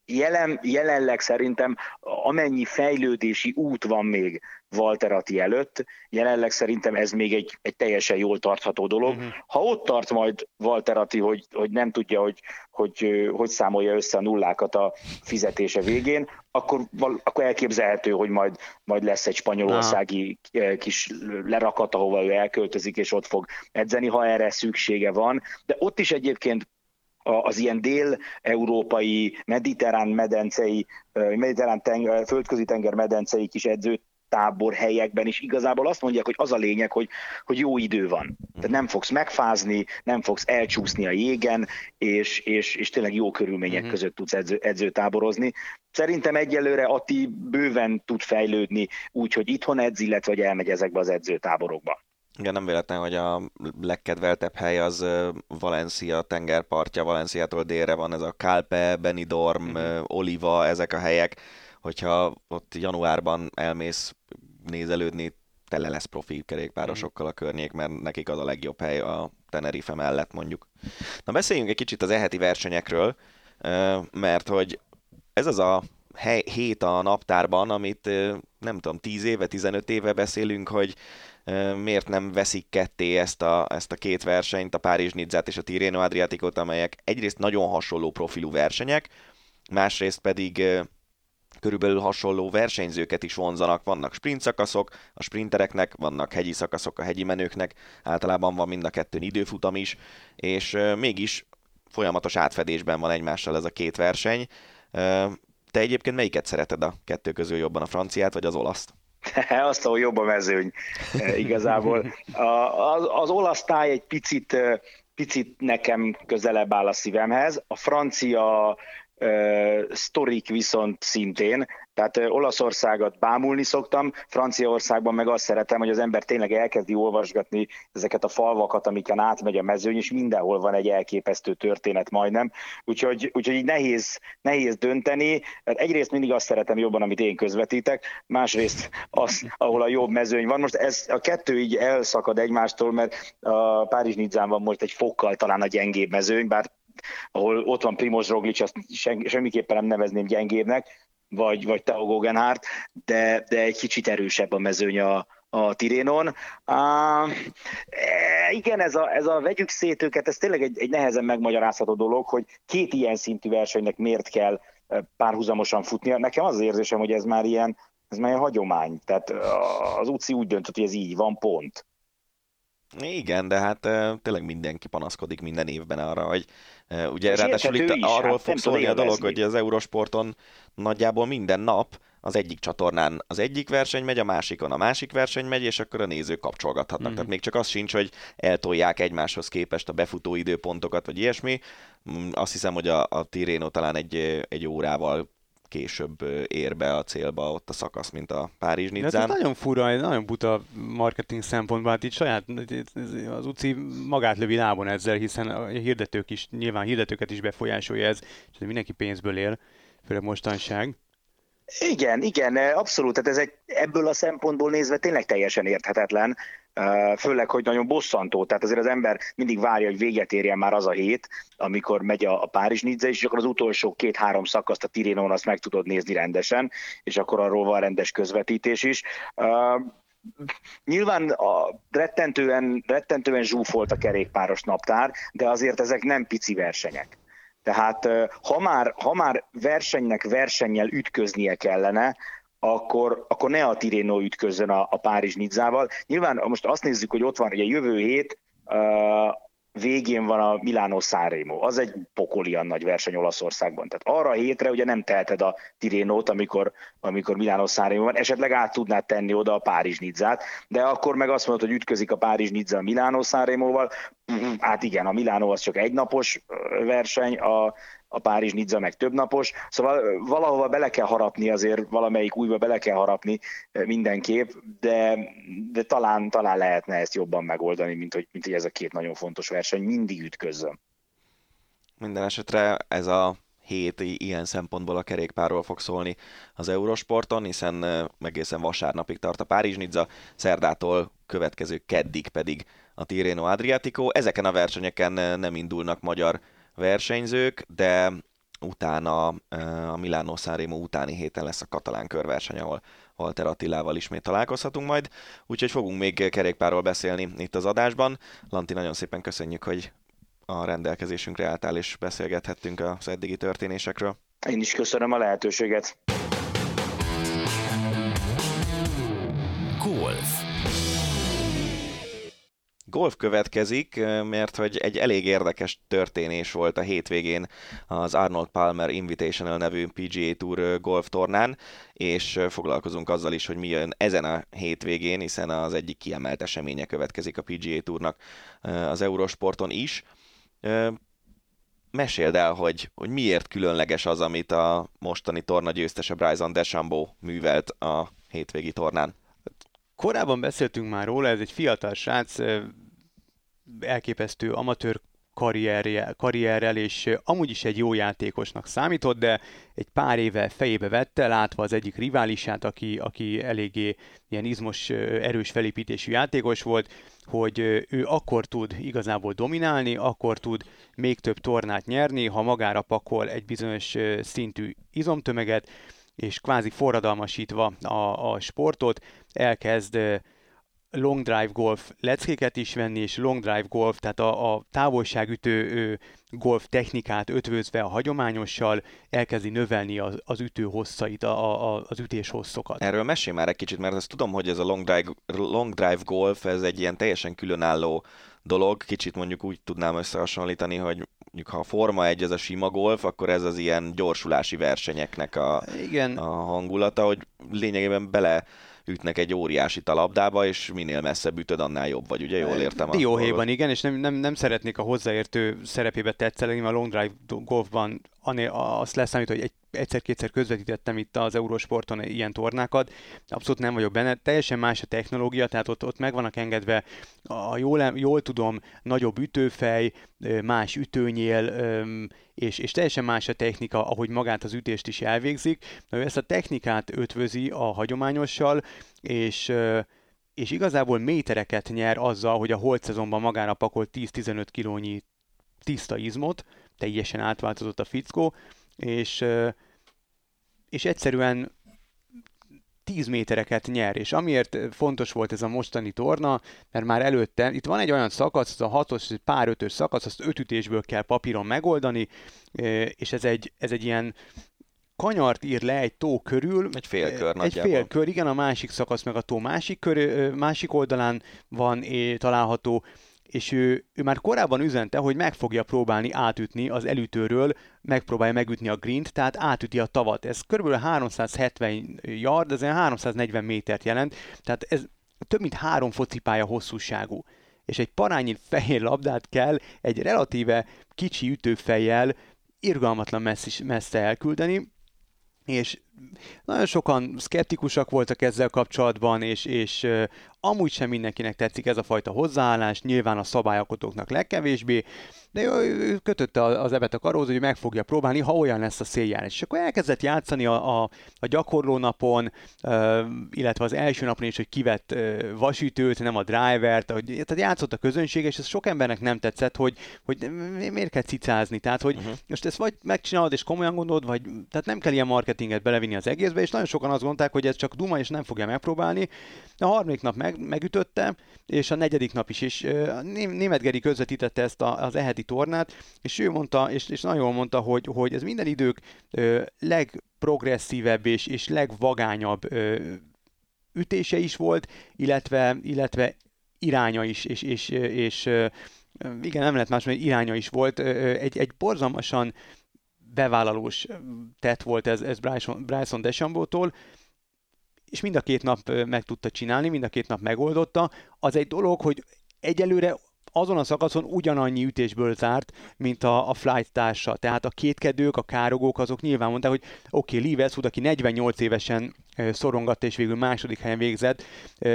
jelen, jelenleg szerintem amennyi fejlődési út van még Walter Attyi előtt, jelenleg szerintem ez még egy, egy teljesen jól tartható dolog. Uh-huh. Ha ott tart majd Walter Attyi, hogy, hogy nem tudja, hogy, hogy hogy számolja össze a nullákat a fizetése végén, akkor, akkor elképzelhető, hogy majd, majd lesz egy spanyolországi uh-huh. kis lerakat, ahova ő elköltözik, és ott fog edzeni, ha erre szüksége van. De ott is egyébként az ilyen dél-európai, mediterrán medencei, mediterrán tenger, földközi tenger medencei kis edzőtábor helyekben is igazából azt mondják, hogy az a lényeg, hogy, hogy jó idő van. Tehát nem fogsz megfázni, nem fogsz elcsúszni a jégen, és, és, és tényleg jó körülmények uh-huh. között tudsz edző, edzőtáborozni. Szerintem egyelőre Atti bőven tud fejlődni úgy, hogy itthon edz, illetve hogy elmegy ezekbe az edzőtáborokba. Igen, nem véletlen, hogy a legkedveltebb hely az Valencia tengerpartja, Valenciától délre van ez a Calpe, Benidorm, mm-hmm. Oliva, ezek a helyek, hogyha ott januárban elmész nézelődni, tele lesz profi kerékpárosokkal a környék, mert nekik az a legjobb hely a Tenerife mellett mondjuk. Na beszéljünk egy kicsit az e-heti versenyekről, mert hogy ez az a hely, hét a naptárban, amit nem tudom, tíz éve, tizenöt éve beszélünk, hogy miért nem veszik ketté ezt a, ezt a két versenyt, a Párizs-Nizzát és a Tirreno Adriaticót, amelyek egyrészt nagyon hasonló profilú versenyek, másrészt pedig körülbelül hasonló versenyzőket is vonzanak. Vannak sprint szakaszok a sprintereknek, vannak hegyi szakaszok a hegyi menőknek, általában van mind a kettőn időfutam is, és mégis folyamatos átfedésben van egymással ez a két verseny. Te egyébként melyiket szereted a kettő közül jobban, a franciát vagy az olaszt? Azt, ahol jobb a mezőny igazából. Az, az olasz táj egy picit, picit nekem közelebb áll a szívemhez. A francia uh, sztorik viszont szintén, tehát uh, Olaszországot bámulni szoktam, Franciaországban meg azt szeretem, hogy az ember tényleg elkezdi olvasgatni ezeket a falvakat, amiken átmegy a mezőny, és mindenhol van egy elképesztő történet majdnem, úgyhogy, úgyhogy így nehéz, nehéz dönteni. Egyrészt mindig azt szeretem jobban, amit én közvetítek, másrészt az, ahol a jobb mezőny van. Most ez a kettő így elszakad egymástól, mert a Párizs-Nizzán van most egy fokkal talán a gyengébb mezőny, bár ahol ott van Primož Roglič, azt semmiképpen nem nevezném gyengébbnek, vagy, vagy Tao Geoghegan, de, de egy kicsit erősebb a mezőny a, a Tirrenon. Uh, igen, ez a, ez a vegyük szét őket, ez tényleg egy, egy nehezen megmagyarázható dolog, hogy két ilyen szintű versenynek miért kell párhuzamosan futnia. Nekem az az érzésem, hogy ez már ilyen, ez már ilyen hagyomány. Tehát az u cé i úgy döntött, hogy ez így van, pont. Igen, de hát uh, tényleg mindenki panaszkodik minden évben arra, hogy uh, ugye ráadásul itt is, arról hát fog szólni a dolog, hogy az Eurosporton nagyjából minden nap az egyik csatornán az egyik verseny megy, a másikon a másik verseny megy, és akkor a nézők kapcsolgathatnak. Mm. Tehát még csak az sincs, hogy eltolják egymáshoz képest a befutó időpontokat, vagy ilyesmi. Azt hiszem, hogy a, a Tirreno talán egy, egy órával később ér be a célba ott a szakasz, mint a Párizs-Nizzán. Ez nagyon fura, nagyon buta marketing szempontból, hát itt saját az u cé i magát lövi lábon ezzel, hiszen a hirdetők is, nyilván hirdetőket is befolyásolja ez, és mindenki pénzből él, főleg mostanság. Igen, igen, abszolút, tehát ez egy, ebből a szempontból nézve tényleg teljesen érthetetlen, főleg, hogy nagyon bosszantó, tehát azért az ember mindig várja, hogy véget érjen már az a hét, amikor megy a, a Párizs-Nizza, és akkor az utolsó két-három szakaszt a Tirrenon azt meg tudod nézni rendesen, és akkor arról van rendes közvetítés is. Uh, Nyilván a rettentően, rettentően zsúfolt a kerékpáros naptár, de azért ezek nem pici versenyek. Tehát ha már, ha már versenynek versennyel ütköznie kellene, akkor, akkor ne a Tirreno ütközzön a, a Párizs-Nizzával. Nyilván most azt nézzük, hogy ott van, hogy a jövő hét uh, végén van a Milano-San Remo. Az egy pokolian nagy verseny Olaszországban. Tehát arra a hétre ugye nem teheted a Tirrenót, amikor, amikor Milano-San Remo van, esetleg át tudnád tenni oda a Párizs-Nizzát, de akkor meg azt mondod, hogy ütközik a Párizs-Nizza a Milano-San Removal. Hát igen, a Milano az csak egynapos verseny, a, a Párizs-Nizza meg többnapos, szóval valahova bele kell harapni, azért valamelyik újba bele kell harapni mindenképp, de, de talán, talán lehetne ezt jobban megoldani, mint hogy, mint hogy ez a két nagyon fontos verseny mindig ütközzön. Minden esetre ez a hét ilyen szempontból a kerékpárról fog szólni az Eurosporton, hiszen egészen vasárnapig tart a Párizs-Nizza, szerdától következő keddig pedig a Tirreno Adriatico. Ezeken a versenyeken nem indulnak magyar versenyzők, de utána a Milano Sanremo utáni héten lesz a katalán körverseny, ahol Walter Attilával ismét találkozhatunk majd, úgyhogy fogunk még kerékpárról beszélni itt az adásban. Lanti, nagyon szépen köszönjük, hogy a rendelkezésünkre álltál és beszélgethettünk az eddigi történésekről. Én is köszönöm a lehetőséget. Golf. Golf következik, mert hogy egy elég érdekes történés volt a hétvégén az Arnold Palmer Invitational nevű pé gé á Tour golf tornán, és foglalkozunk azzal is, hogy mi jön ezen a hétvégén, hiszen az egyik kiemelt eseménye következik a pé gé á Tournak az Eurosporton is. Meséld el, hogy, hogy miért különleges az, amit a mostani torna győztese Bryson DeChambeau művelt a hétvégi tornán. Korábban beszéltünk már róla, ez egy fiatal srác, elképesztő amatőr karrierje, karrierrel, és amúgy is egy jó játékosnak számított, de egy pár éve fejébe vette, látva az egyik riválisát, aki, aki eléggé ilyen izmos, erős felépítésű játékos volt, hogy ő akkor tud igazából dominálni, akkor tud még több tornát nyerni, ha magára pakol egy bizonyos szintű izomtömeget, és kvázi forradalmasítva a, a sportot, elkezd long drive golf leckéket is venni, és long drive golf, tehát a, a távolságütő golf technikát ötvözve a hagyományossal elkezdi növelni az, az ütő hosszait, a, a, az ütés hosszokat. Erről mesélj már egy kicsit, mert azt tudom, hogy ez a long drive, long drive golf, ez egy ilyen teljesen különálló dolog, kicsit mondjuk úgy tudnám összehasonlítani, hogy mondjuk ha a Forma egy ez a sima golf, akkor ez az ilyen gyorsulási versenyeknek a, Igen. a hangulata, hogy lényegében bele ütnek egy óriásit a labdába, és minél messzebb ütöd, annál jobb vagy, ugye? Jól értem? Dióhéjban, igen, és nem, nem, nem szeretnék a hozzáértő szerepébe tetszelni, a long drive golfban azt leszámít, hogy egy, egyszer-kétszer közvetítettem itt az Eurosporton ilyen tornákat, abszolút nem vagyok benne, teljesen más a technológia, tehát ott, ott meg vannak engedve, a jól, jól tudom, nagyobb ütőfej, más ütőnyél, és, és teljesen más a technika, ahogy magát az ütést is elvégzik. Na, ő ezt a technikát ötvözi a hagyományossal, és és igazából métereket nyer azzal, hogy a holt szezonban magára pakolt tíz-tizenöt kilónyi tiszta izmot, teljesen átváltozott a fickó, és, és egyszerűen tíz métereket nyer, és amiért fontos volt ez a mostani torna, mert már előtte, itt van egy olyan szakasz, az a hatos, pár ötös szakasz, azt öt ütésből kell papíron megoldani, és ez egy, ez egy ilyen kanyart ír le egy tó körül. Egy félkör Egy nagyjából. félkör, igen, a másik szakasz meg a tó másik, kör, másik oldalán van é, található, és ő, ő már korábban üzente, hogy meg fogja próbálni átütni az elütőről, megpróbálja megütni a greent, tehát átüti a tavat. Ez kb. háromszázhetven yard, ez háromszáznegyven métert jelent, tehát ez több mint három focipálya hosszúságú. És egy parányi fehér labdát kell egy relatíve kicsi ütőfejjel irgalmatlan messze, messze elküldeni, és nagyon sokan szkeptikusak voltak ezzel kapcsolatban, és, és uh, amúgy sem mindenkinek tetszik ez a fajta hozzáállás, nyilván a szabályalkotóknak legkevésbé, de ő, ő kötötte az ebet a karóhoz, hogy meg fogja próbálni, ha olyan lesz a széljárás. És akkor elkezdett játszani a, a, a gyakorló napon, uh, illetve az első napon is, hogy kivett uh, vasütőt, nem a drivert, hogy, tehát játszott a közönség, és ez sok embernek nem tetszett, hogy, hogy miért kell cicázni, tehát hogy uh-huh. most ezt vagy megcsinálod és komolyan gondolod, vagy tehát nem kell ilyen marketinget belevinni az egészbe, és nagyon sokan azt gondolták, hogy ez csak duma, és nem fogja megpróbálni. A harmadik nap meg, megütötte, és a negyedik nap is, és uh, Németh Geri közvetítette ezt a, az eheti tornát, és ő mondta, és, és nagyon jól mondta, hogy, hogy ez minden idők uh, legprogresszívebb és, és legvagányabb uh, ütése is volt, illetve, illetve iránya is, és, és, és uh, igen, nem lehet más, mert iránya is volt. Uh, egy, egy borzalmasan bevállalós tett volt ez, ez Bryson, Bryson DeChambeautól, és mind a két nap meg tudta csinálni, mind a két nap megoldotta. Az egy dolog, hogy egyelőre azon a szakaszon ugyanannyi ütésből zárt, mint a, a flight társa. Tehát a kétkedők, a károgók, azok nyilván mondták, hogy oké, okay, Lee Westwood, aki negyvennyolc évesen szorongatta és végül második helyen végzett,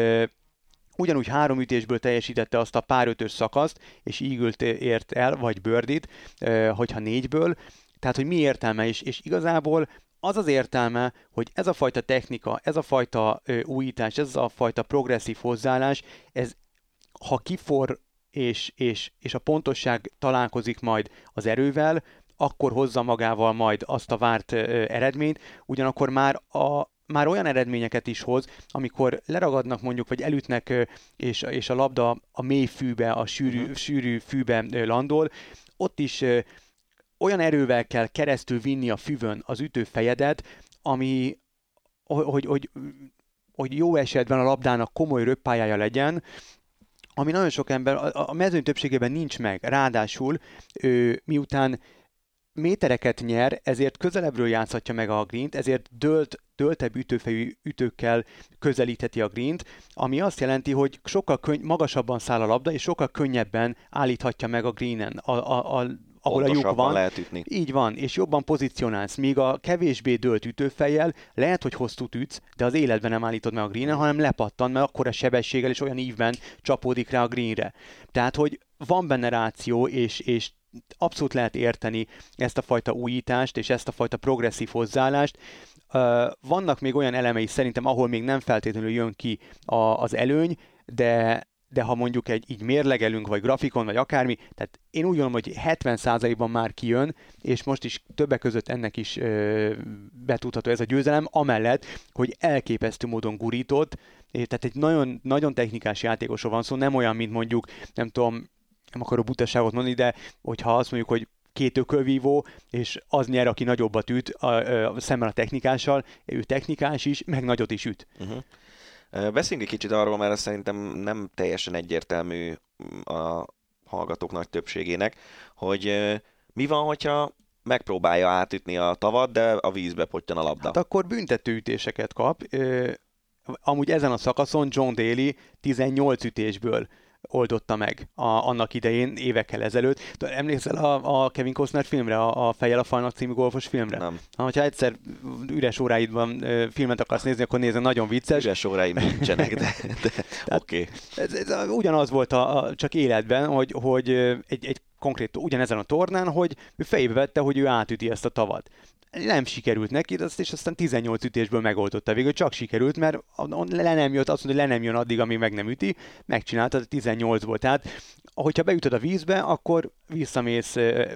ugyanúgy három ütésből teljesítette azt a pár ötös szakaszt, és eagle-t ért el, vagy birdie-t, hogyha négyből. Tehát, hogy mi értelme is, és igazából az az értelme, hogy ez a fajta technika, ez a fajta ö, újítás, ez a fajta progresszív hozzáállás, ez ha kifor és, és, és a pontosság találkozik majd az erővel, akkor hozza magával majd azt a várt eredményt, ugyanakkor már a már olyan eredményeket is hoz, amikor leragadnak mondjuk, vagy elütnek, és, és a labda a mély fűbe, a sűrű, uh-huh. sűrű fűbe landol, ott is olyan erővel kell keresztül vinni a füvön az ütőfejedet, ami, hogy, hogy, hogy jó esetben a labdának komoly röppályája legyen, ami nagyon sok ember, a mezőny többségében nincs meg. Ráadásul ő, miután métereket nyer, ezért közelebbről játszhatja meg a greent, ezért dölt, döltebb ütőfejű ütőkkel közelítheti a greent, ami azt jelenti, hogy sokkal könny- magasabban száll a labda, és sokkal könnyebben állíthatja meg a greenen, a, a, a, ahol a lyuk van. Lehet ütni. Így van, és jobban pozícionálsz, míg a kevésbé dölt ütőfejjel lehet, hogy hosszút ütsz, de az életben nem állítod meg a greenen, hanem lepattan, mert akkora sebességgel és olyan ívben csapódik rá a greenre. Tehát, hogy van benne ráció, és, és abszolút lehet érteni ezt a fajta újítást, és ezt a fajta progresszív hozzáállást. Uh, vannak még olyan elemei szerintem, ahol még nem feltétlenül jön ki a, az előny, de, de ha mondjuk egy így mérlegelünk, vagy grafikon, vagy akármi, tehát én úgy gondolom, hogy hetven százalékban már kijön, és most is többek között ennek is uh, betudható ez a győzelem, amellett, hogy elképesztő módon gurított, és tehát egy nagyon, nagyon technikás játékosról van szó, nem olyan, mint mondjuk, nem tudom, nem akarok butaságot mondani, de hogyha azt mondjuk, hogy két ökölvívó, és az nyer, aki nagyobbat üt a, a, a szemben a technikással, ő technikás is, meg nagyot is üt. Uh-huh. Beszéljünk egy kicsit arról, mert szerintem nem teljesen egyértelmű a hallgatók nagy többségének, hogy mi van, hogyha megpróbálja átütni a tavat, de a vízbe pottyan a labda. Hát akkor büntetőütéseket kap. Amúgy ezen a szakaszon John Daly tizennyolc ütésből oldotta meg a, annak idején, évekkel ezelőtt. Emlékszel a, a Kevin Costner filmre, a, a Fejjel a falnak című golfos filmre? Nem. Ha, hogyha egyszer üres óráidban filmet akarsz nézni, akkor nézze, nagyon vicces. Üres óráim nincsenek, de, de oké. Okay. Ez, ez ugyanaz volt a, a, csak életben, hogy, hogy egy, egy konkrét, ugyanezen a tornán, hogy ő fejébe vette, hogy ő átüti ezt a tavat. Nem sikerült neki, és aztán tizennyolc ütésből megoldotta. Végül csak sikerült, mert le nem jött, azt mondja, hogy le nem jön addig, amíg meg nem üti, megcsináltad tizennyolcból. Tehát, ahogyha beütöd a vízbe, akkor visszamész,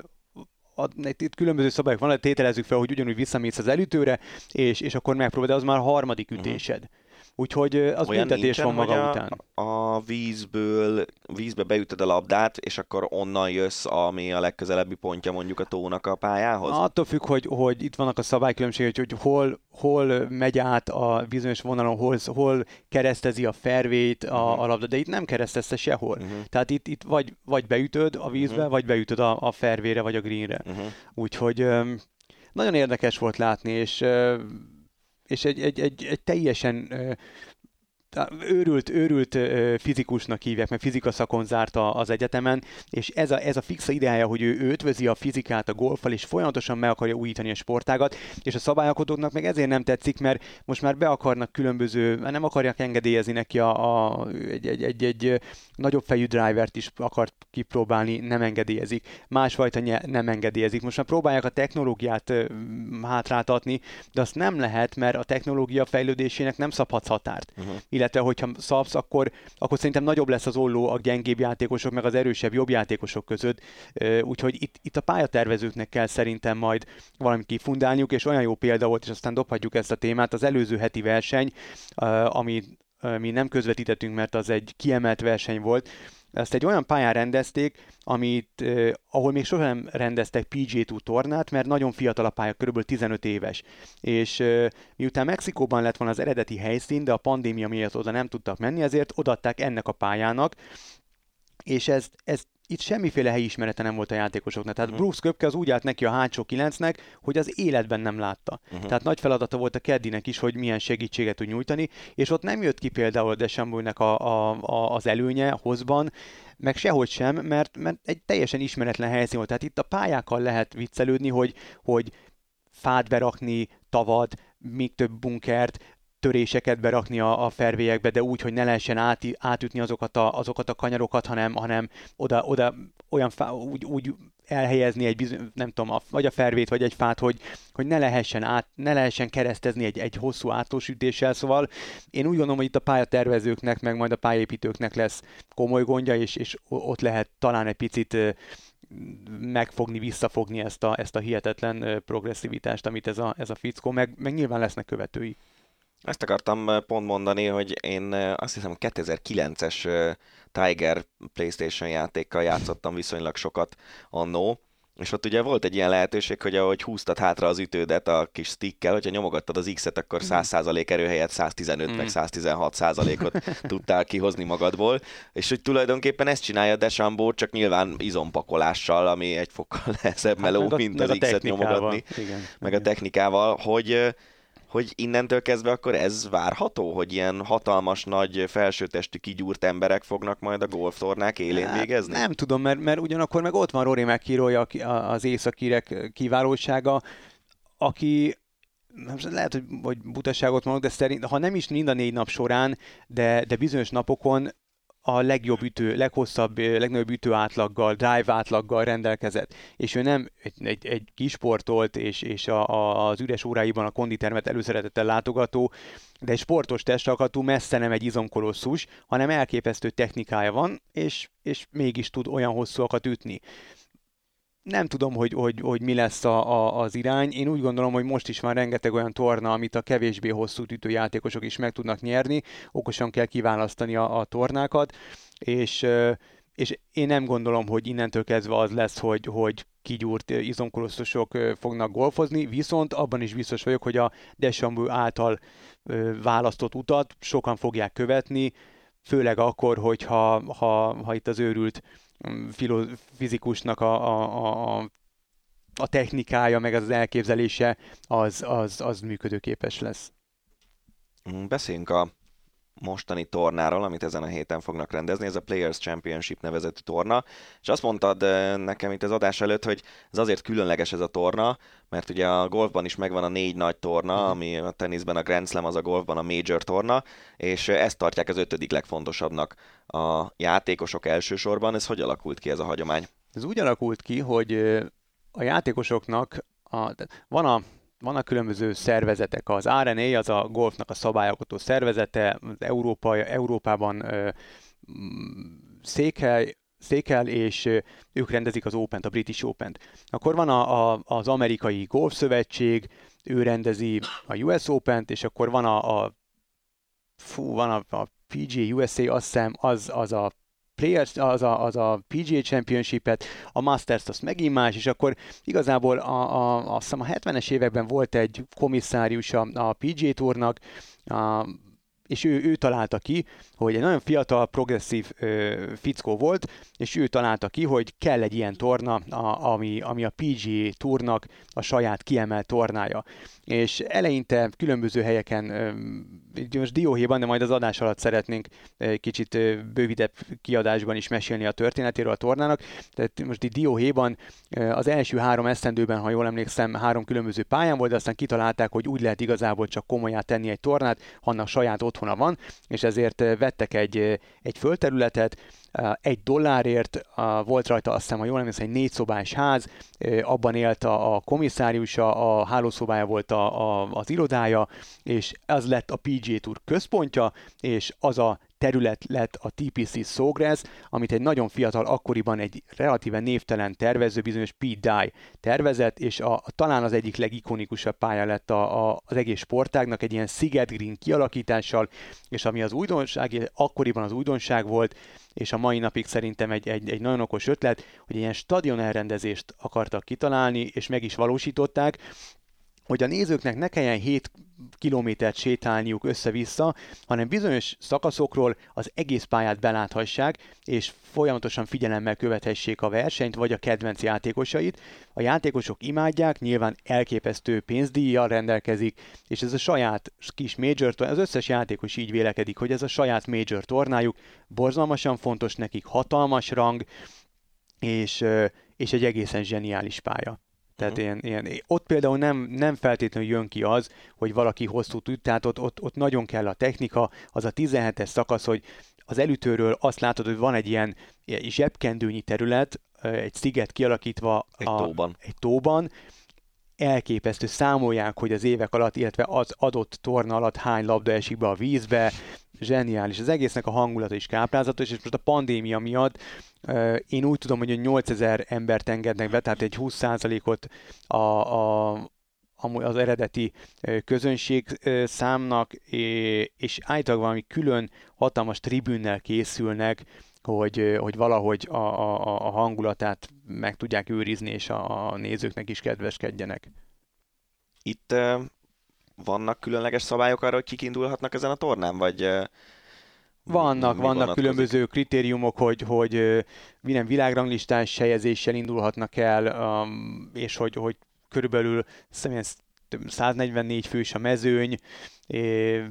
itt különböző szabályok van, tételezzük fel, hogy ugyanúgy visszamész az elütőre, és, és akkor megpróbálod, de az már a harmadik ütésed. Úgyhogy az olyan büntetés nincsen, van maga a, után. A vízből, vízbe beütöd a labdát, és akkor onnan jössz, ami a legközelebbi pontja mondjuk a tónak a pályához? Attól függ, hogy, hogy itt vannak a szabálykülönbségek, hogy hol, hol megy át a bizonyos vonalon, hol, hol keresztezi a fairwayt a, uh-huh. a labda, de itt nem keresztezte sehol. Uh-huh. Tehát itt, itt vagy, vagy beütöd a vízbe, uh-huh. vagy beütöd a, a fairwayre, vagy a greenre. Uh-huh. Úgyhogy um, nagyon érdekes volt látni, és uh, és egy, egy, egy, egy teljesen uh, őrült, őrült uh, fizikusnak hívják, mert fizika szakon zárt az egyetemen, és ez a, ez a fixa ideája, hogy ő, ő ötvözi a fizikát a golffal, és folyamatosan meg akarja újítani a sportágat, és a szabályalkotóknak meg ezért nem tetszik, mert most már be akarnak különböző, nem akarják engedélyezni neki a, a, egy, egy, egy, egy nagyobb fejű drivert is akart kipróbálni, nem engedélyezik. Másfajta nye, nem engedélyezik. Most már próbálják a technológiát uh, hátráltatni, de azt nem lehet, mert a technológia fejlődésének nem szabhatsz határt. Uh-huh. Illetve, hogyha szabsz, akkor, akkor szerintem nagyobb lesz az olló a gyengébb játékosok, meg az erősebb, jobb játékosok között. Úgyhogy itt, itt a pályatervezőknek kell szerintem majd valamit kifundálniuk, és olyan jó példa volt, és aztán dobhatjuk ezt a témát, az előző heti verseny, ami mi nem közvetítettünk, mert az egy kiemelt verseny volt. Ezt egy olyan pályán rendezték, amit, eh, ahol még sosem rendeztek pé gé Tour tornát, mert nagyon fiatal a pálya, kb. tizenöt éves. És eh, miután Mexikóban lett volna az eredeti helyszín, de a pandémia miatt oda nem tudtak menni, ezért odaadták ennek a pályának, és ez, ez itt semmiféle helyismerete nem volt a játékosoknak. Tehát uh-huh. Brooks Koepka az úgy állt neki a hátsó kilencnek, hogy az életben nem látta. Uh-huh. Tehát nagy feladata volt a Caddynek is, hogy milyen segítséget tud nyújtani, és ott nem jött ki például DeChambeaunek a, a, a, az előnye a hozban, meg sehogy sem, mert, mert egy teljesen ismeretlen helyszín volt. Tehát itt a pályákkal lehet viccelődni, hogy, hogy fát berakni, tavat, még több bunkert, töréseket berakni a, a fairwayekbe, de úgy, hogy ne lehessen át, átütni azokat a, azokat a kanyarokat, hanem, hanem oda, oda olyan fá, úgy, úgy elhelyezni egy bizony, nem tudom, a, vagy a fairwayt, vagy egy fát, hogy, hogy ne lehessen át, ne lehessen keresztezni egy, egy hosszú átlósütéssel, szóval én úgy gondolom, hogy itt a pályatervezőknek, meg majd a pályaépítőknek lesz komoly gondja, és, és ott lehet talán egy picit megfogni, visszafogni ezt a, ezt a hihetetlen progresszivitást, amit ez a, ez a fickó, meg, meg nyilván lesznek követői. Ezt akartam pont mondani, hogy én azt hiszem kétezer-kilences Tiger PlayStation játékkal játszottam viszonylag sokat annó, és ott ugye volt egy ilyen lehetőség, hogy ahogy húztad hátra az ütődet a kis stickkel, hogyha nyomogattad az X-et, akkor száz százalék erő helyett száztizenöt mm. meg száztizenhat százalékot tudtál kihozni magadból, és hogy tulajdonképpen ezt csinálja DeChambeau, csak nyilván izompakolással, ami egy fokkal nehezebb meló, hát mint az X-et nyomogatni, igen, meg igen. a technikával, hogy hogy innentől kezdve akkor ez várható, hogy ilyen hatalmas, nagy, felsőtestű, kigyúrt emberek fognak majd a golftornák élén végezni? Nem tudom, mert, mert ugyanakkor meg ott van Rory McIlroy, az északírek kiválósága, aki lehet, hogy, hogy butaságot mondok, de szerint, ha nem is mind a négy nap során, de, de bizonyos napokon a legjobb ütő, leghosszabb, legnagyobb ütő átlaggal, drive átlaggal rendelkezett. És ő nem egy, egy, egy kisportolt és, és a, a, az üres óráiban a konditermet előszeretettel látogató, de egy sportos testalkatú, messze nem egy izomkolosszus, hanem elképesztő technikája van, és, és mégis tud olyan hosszúakat ütni. Nem tudom, hogy, hogy, hogy mi lesz a, a, az irány. Én úgy gondolom, hogy most is van rengeteg olyan torna, amit a kevésbé hosszú ütő játékosok is meg tudnak nyerni. Okosan kell kiválasztani a, a tornákat, és, és én nem gondolom, hogy innentől kezdve az lesz, hogy, hogy kigyúrt izomkolosszusok fognak golfozni, viszont abban is biztos vagyok, hogy a DeChambeau által választott utat sokan fogják követni, főleg akkor, hogyha ha, ha itt az őrült fizikusnak a, a, a, a technikája, meg az elképzelése az, az, az működőképes lesz. Beszéljünk a mostani tornáról, amit ezen a héten fognak rendezni, ez a Players Championship nevezetű torna, és azt mondtad nekem itt az adás előtt, hogy ez azért különleges ez a torna, mert ugye a golfban is megvan a négy nagy torna, ami a teniszben a Grand Slam, az a golfban a Major torna, és ezt tartják az ötödik legfontosabbnak a játékosok elsősorban. Ez hogy alakult ki ez a hagyomány? Ez úgy alakult ki, hogy a játékosoknak a, van a Vannak különböző szervezetek, az er en á, az a golfnak a szabályalkotó szervezete, az Európa, Európában ö, székel, székel, és ö, ők rendezik az Opent, a British Opent. Akkor van a, a, az amerikai golfszövetség, ő rendezi a u es Opent, és akkor van a, a, fú, van a, a pé gé á u es á, azt hiszem, az, az a Players, az a, az a pé gé á Championship-et, a Masters azt megint más, és akkor igazából a, a, azt hiszem a hetvenes években volt egy komisszárius a, a pé gé á Tournak, a, és ő, ő találta ki, hogy egy nagyon fiatal, progresszív ö, fickó volt, és ő találta ki, hogy kell egy ilyen torna, a, ami, ami a pé gé á Tournak a saját kiemelt tornája. És eleinte különböző helyeken, ö, most dióhéjban, de majd az adás alatt szeretnénk egy kicsit ö, bővidebb kiadásban is mesélni a történetéről a tornának. Tehát most itt dióhéjban ö, az első három esztendőben, ha jól emlékszem, három különböző pályán volt, de aztán kitalálták, hogy úgy lehet igazából csak komolyá tenni egy tornát, annak saját otthona van, és ezért vettek egy, egy földterületet, egy dollárért, volt rajta azt hiszem, ha jól emlékszem, egy négy szobás ház, abban élt a, a komisszáriusa, a hálószobája volt a, a, az irodája, és az lett a pé gé á Tour központja, és az a terület lett a té pé cé Sawgrass, amit egy nagyon fiatal, akkoriban egy relatíve névtelen tervező, bizonyos Pete Dye tervezett, és a, a, talán az egyik legikonikusabb pálya lett a, a, az egész sportágnak, egy ilyen szigetgreen kialakítással, és ami az újdonság, akkoriban az újdonság volt, és a mai napig szerintem egy, egy, egy nagyon okos ötlet, hogy ilyen stadion elrendezést akartak kitalálni, és meg is valósították, hogy a nézőknek ne kelljen hét kilométert sétálniuk össze-vissza, hanem bizonyos szakaszokról az egész pályát beláthassák, és folyamatosan figyelemmel követhessék a versenyt, vagy a kedvenc játékosait. A játékosok imádják, nyilván elképesztő pénzdíjjal rendelkezik, és ez a saját kis major, az összes játékos így vélekedik, hogy ez a saját major tornájuk, borzalmasan fontos nekik, hatalmas rang, és, és egy egészen zseniális pálya. Tehát ilyen, ilyen, ott például nem, nem feltétlenül jön ki az, hogy valaki hosszú tud, tehát ott, ott, ott nagyon kell a technika, az a tizenhetes szakasz, hogy az elütőről azt látod, hogy van egy ilyen, ilyen zsebkendőnyi terület, egy sziget kialakítva egy, a, tóban. egy tóban, elképesztő, számolják, hogy az évek alatt, illetve az adott torna alatt hány labda esik be a vízbe, zseniális. Az egésznek a hangulata is káprázatos, és most a pandémia miatt uh, én úgy tudom, hogy nyolcezer embert engednek be, tehát egy húsz százalékot a, a az eredeti közönség számnak, és állítólag valami külön hatalmas tribünnel készülnek, hogy, hogy valahogy a, a, a hangulatát meg tudják őrizni, és a, a nézőknek is kedveskedjenek. Itt uh, vannak különleges szabályok arra, hogy kik indulhatnak ezen a tornán, vagy... Uh, vannak, mi vannak különböző kritériumok, hogy, hogy uh, minden világranglistás helyezéssel indulhatnak el, um, és hogy, hogy körülbelül száznegyvennégy fős a mezőny. É,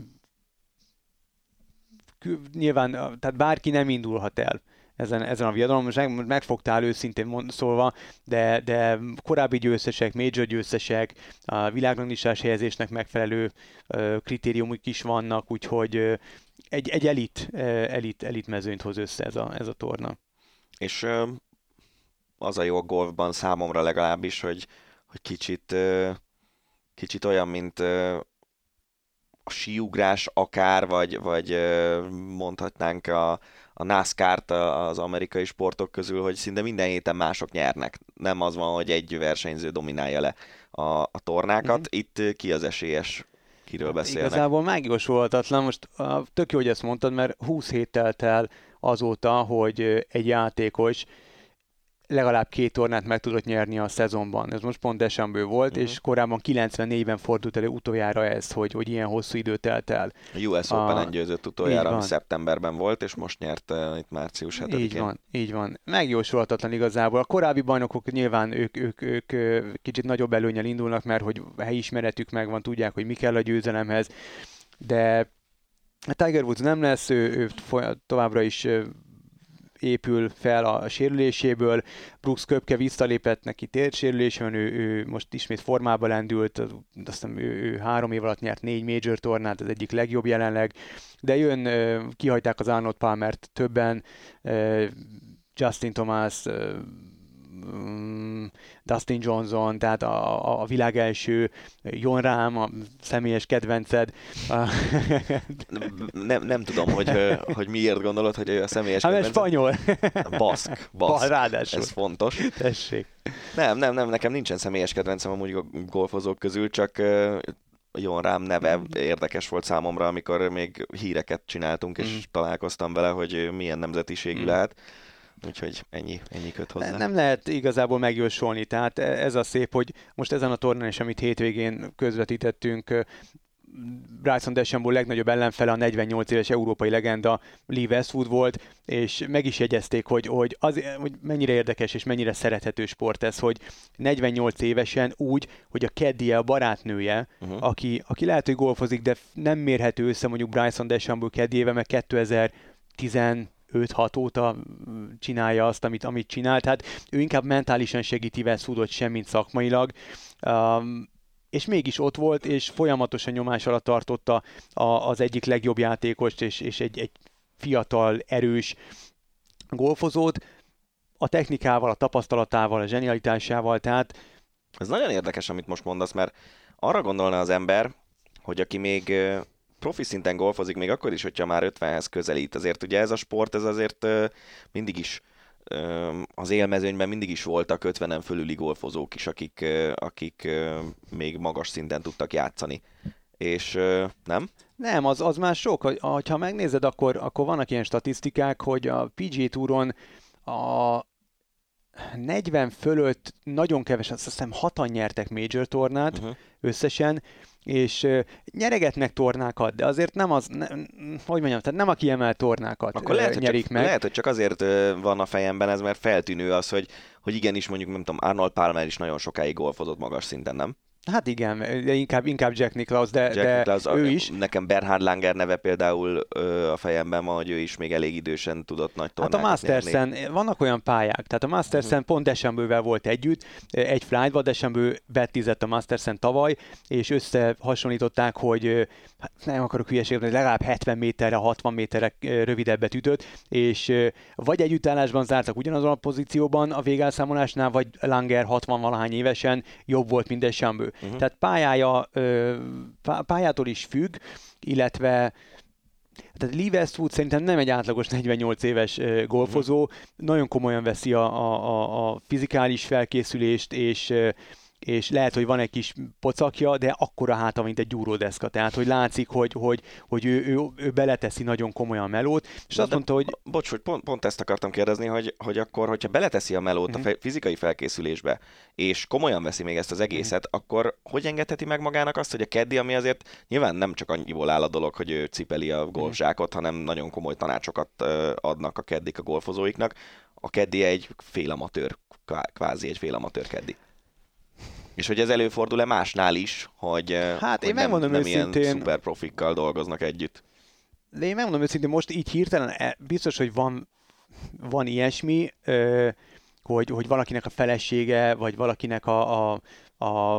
nyilván, tehát bárki nem indulhat el ezen, ezen a viadalon. Most megfogtál őszintén szólva, de, de korábbi győztesek, major győztesek, a világranglistás helyezésnek megfelelő uh, kritériumok is vannak, úgyhogy uh, egy, egy elit, uh, elit, elit mezőnyt hoz össze ez a, ez a torna. És uh, az a jó a golfban számomra legalábbis, hogy hogy kicsit, kicsit olyan, mint a síugrás akár, vagy, vagy mondhatnánk a, a NASCAR-t az amerikai sportok közül, hogy szinte minden héten mások nyernek. Nem az van, hogy egy versenyző dominálja le a, a tornákat. Mm-hmm. Itt ki az esélyes, kiről beszélnek? Igazából megjósolhatatlan. Most tök jó, hogy ezt mondtad, mert húsz hét telt el azóta, hogy egy játékos legalább két tornát meg tudott nyerni a szezonban. Ez most pont DeChambeau volt, uh-huh. és korábban kilencvennégyben fordult elő utoljára ez, hogy, hogy ilyen hosszú idő telt el. A U S a... Open-en győzött utoljára, ami szeptemberben volt, és most nyert uh, itt március hetedikén. Így van, így van. Megjósolhatatlan igazából. A korábbi bajnokok nyilván ők, ők, ők, ők kicsit nagyobb előnnyel indulnak, mert hogy helyismeretük megvan, tudják, hogy mi kell a győzelemhez, de Tiger Woods nem lesz, ő, ő továbbra is épül fel a sérüléséből, Brooks Koepka visszalépett, neki térsérülésen, ő, ő most ismét formába lendült, aztán ő, ő három év alatt nyert négy major tornát, az egyik legjobb jelenleg, de jön, kihajták az Arnold Palmert többen, Justin Thomas, Dustin Johnson, tehát a, a világ első, Jon Rahm, a személyes kedvenced. nem, nem tudom, hogy, hogy miért gondolod, hogy a személyes hát, kedvenced. Spanyol. Baszk, baszk. Ráadásul. Ez fontos. Tessék. Nem, nem, nem, nekem nincsen személyes kedvencem amúgy golfozók közül, csak Jon Rahm neve érdekes volt számomra, amikor még híreket csináltunk, és mm. találkoztam vele, hogy milyen nemzetiségű mm. lehet. Úgyhogy ennyi, ennyi köt hozzá. Nem lehet igazából megjósolni, tehát ez a szép, hogy most ezen a tornán is, amit hétvégén közvetítettünk, Bryson DeChambeau legnagyobb ellenfele a negyvennyolc éves európai legenda Lee Westwood volt, és meg is jegyezték, hogy, hogy, az, hogy mennyire érdekes és mennyire szerethető sport ez, hogy negyvennyolc évesen úgy, hogy a keddie, a barátnője, uh-huh. aki, aki lehet, hogy golfozik, de nem mérhető össze mondjuk Bryson DeChambeau keddie-vel, mert kétezer-tizenöt hat óta csinálja azt, amit, amit csinál, tehát ő inkább mentálisan segíti Westwoodot sem, mint szakmailag, um, és mégis ott volt, és folyamatosan nyomás alatt tartotta a, az egyik legjobb játékost, és, és egy, egy fiatal, erős golfozót, a technikával, a tapasztalatával, a zsenialitásával, tehát... Ez nagyon érdekes, amit most mondasz, mert arra gondolna az ember, hogy aki még profi szinten golfozik, még akkor is, hogyha már ötvenhez közelít. Azért ugye ez a sport, ez azért mindig is az élmezőnyben mindig is voltak ötvenen fölüli golfozók is, akik, akik még magas szinten tudtak játszani. És nem? Nem, az, az már sok. Ha megnézed, akkor, akkor vannak ilyen statisztikák, hogy a pé gé á Touron a negyven fölött nagyon keves, azt hiszem hatan nyertek major tornát uh-huh. összesen, és uh, nyeregetnek tornákat, de azért nem az, ne, hogy mondjam, tehát nem a kiemelt tornákat Akkor lehet, nyerik csak, meg. Lehet, hogy csak azért uh, van a fejemben ez, mert feltűnő az, hogy, hogy igenis mondjuk, nem tudom, Arnold Palmer is nagyon sokáig golfozott magas szinten, nem? Hát igen, de inkább, inkább Jack Nicklaus, de, Jack de Nicklaus, ő a, is. Nekem Bernhard Langer neve például ö, a fejemben van, hogy ő is még elég idősen tudott nagy tornákat Hát a Mastersen, nyerni. Vannak olyan pályák, tehát a Mastersen uh-huh. pont DeChambeauvel volt együtt, egy flightban, DeChambeau bettizett a Mastersen tavaly, és összehasonlították, hogy hát nem akarok hülyeséget, hogy legalább hetven méterre, hatvan méterre rövidebbet ütött, és vagy együttállásban zártak ugyanazon a pozícióban a végelszámolásnál, vagy Langer hatvan-valahány évesen jobb volt, mint DeChambeau. Uh-huh. Tehát pályája, pályától is függ, illetve Tehát Lee Westwood szerintem nem egy átlagos negyvennyolc éves uh, golfozó, uh-huh. nagyon komolyan veszi a, a, a fizikális felkészülést, és uh, és lehet, hogy van egy kis pocakja, de akkora háta, mint egy gyúródeszka. Tehát, hogy látszik, hogy, hogy, hogy ő, ő, ő beleteszi nagyon komolyan a melót, és de azt de, mondta, hogy... Bocs, hogy pont, pont ezt akartam kérdezni, hogy, hogy akkor, hogyha beleteszi a melót uh-huh. a fe, fizikai felkészülésbe, és komolyan veszi még ezt az egészet, uh-huh. akkor hogy engedheti meg magának azt, hogy a keddi, ami azért nyilván nem csak annyiból áll a dolog, hogy ő cipeli a golfzsákot, uh-huh. hanem nagyon komoly tanácsokat adnak a keddik a golfozóiknak. A keddi egy félamatőr, kvázi egy félamatőr keddi. És hogy ez előfordul-e másnál is, hogy, hát hogy én nem, nem őszintén, ilyen szuper profikkal dolgoznak együtt? De én megmondom őszintén, most így hirtelen biztos, hogy van, van ilyesmi, hogy, hogy valakinek a felesége, vagy valakinek a, a, a,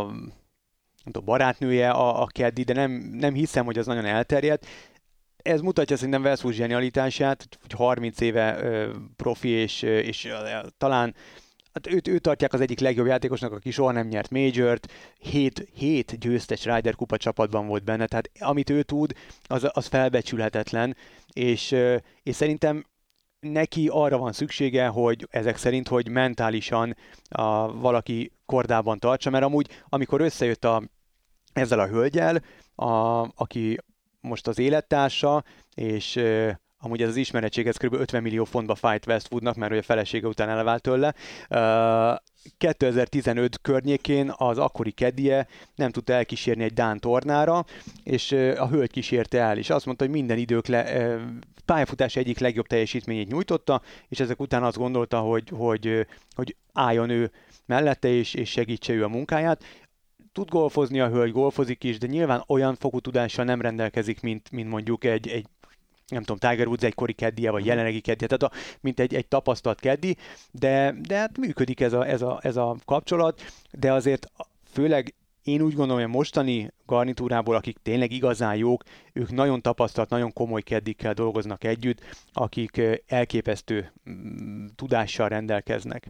a barátnője a, a keddi, de nem, nem hiszem, hogy az nagyon elterjedt. Ez mutatja szerintem Westwood zsenialitását, hogy harminc éve profi, és, és talán hát őt, őt tartják az egyik legjobb játékosnak, aki soha nem nyert Majort, hét, hét győztes Ryder Kupa csapatban volt benne, tehát amit ő tud, az, az felbecsülhetetlen, és, és szerintem neki arra van szüksége, hogy ezek szerint, hogy mentálisan a, valaki kordában tartsa, mert amúgy, amikor összejött a, ezzel a hölgyel, a, aki most az élettársa, és amúgy ez az ismeretség, ez kb. ötven millió fontba fájt Westwoodnak, mert a felesége után elvált tőle. kétezer-tizenöt környékén az akkori kedie nem tudta elkísérni egy dán tornára, és a hölgy kísérte el, és azt mondta, hogy minden idők le, pályafutás egyik legjobb teljesítményét nyújtotta, és ezek után azt gondolta, hogy, hogy, hogy álljon ő mellette, és, és segítse ő a munkáját. Tud golfozni a hölgy, golfozik is, de nyilván olyan fokú tudással nem rendelkezik, mint, mint mondjuk egy, egy nem tudom, Tiger Woods egykori keddie, vagy jelenlegi keddie, tehát a, mint egy, egy tapasztalt keddi, de, de hát működik ez a, ez, a, ez a kapcsolat, de azért főleg én úgy gondolom, hogy a mostani garnitúrából, akik tényleg igazán jók, ők nagyon tapasztalt, nagyon komoly keddikkel dolgoznak együtt, akik elképesztő mm, tudással rendelkeznek.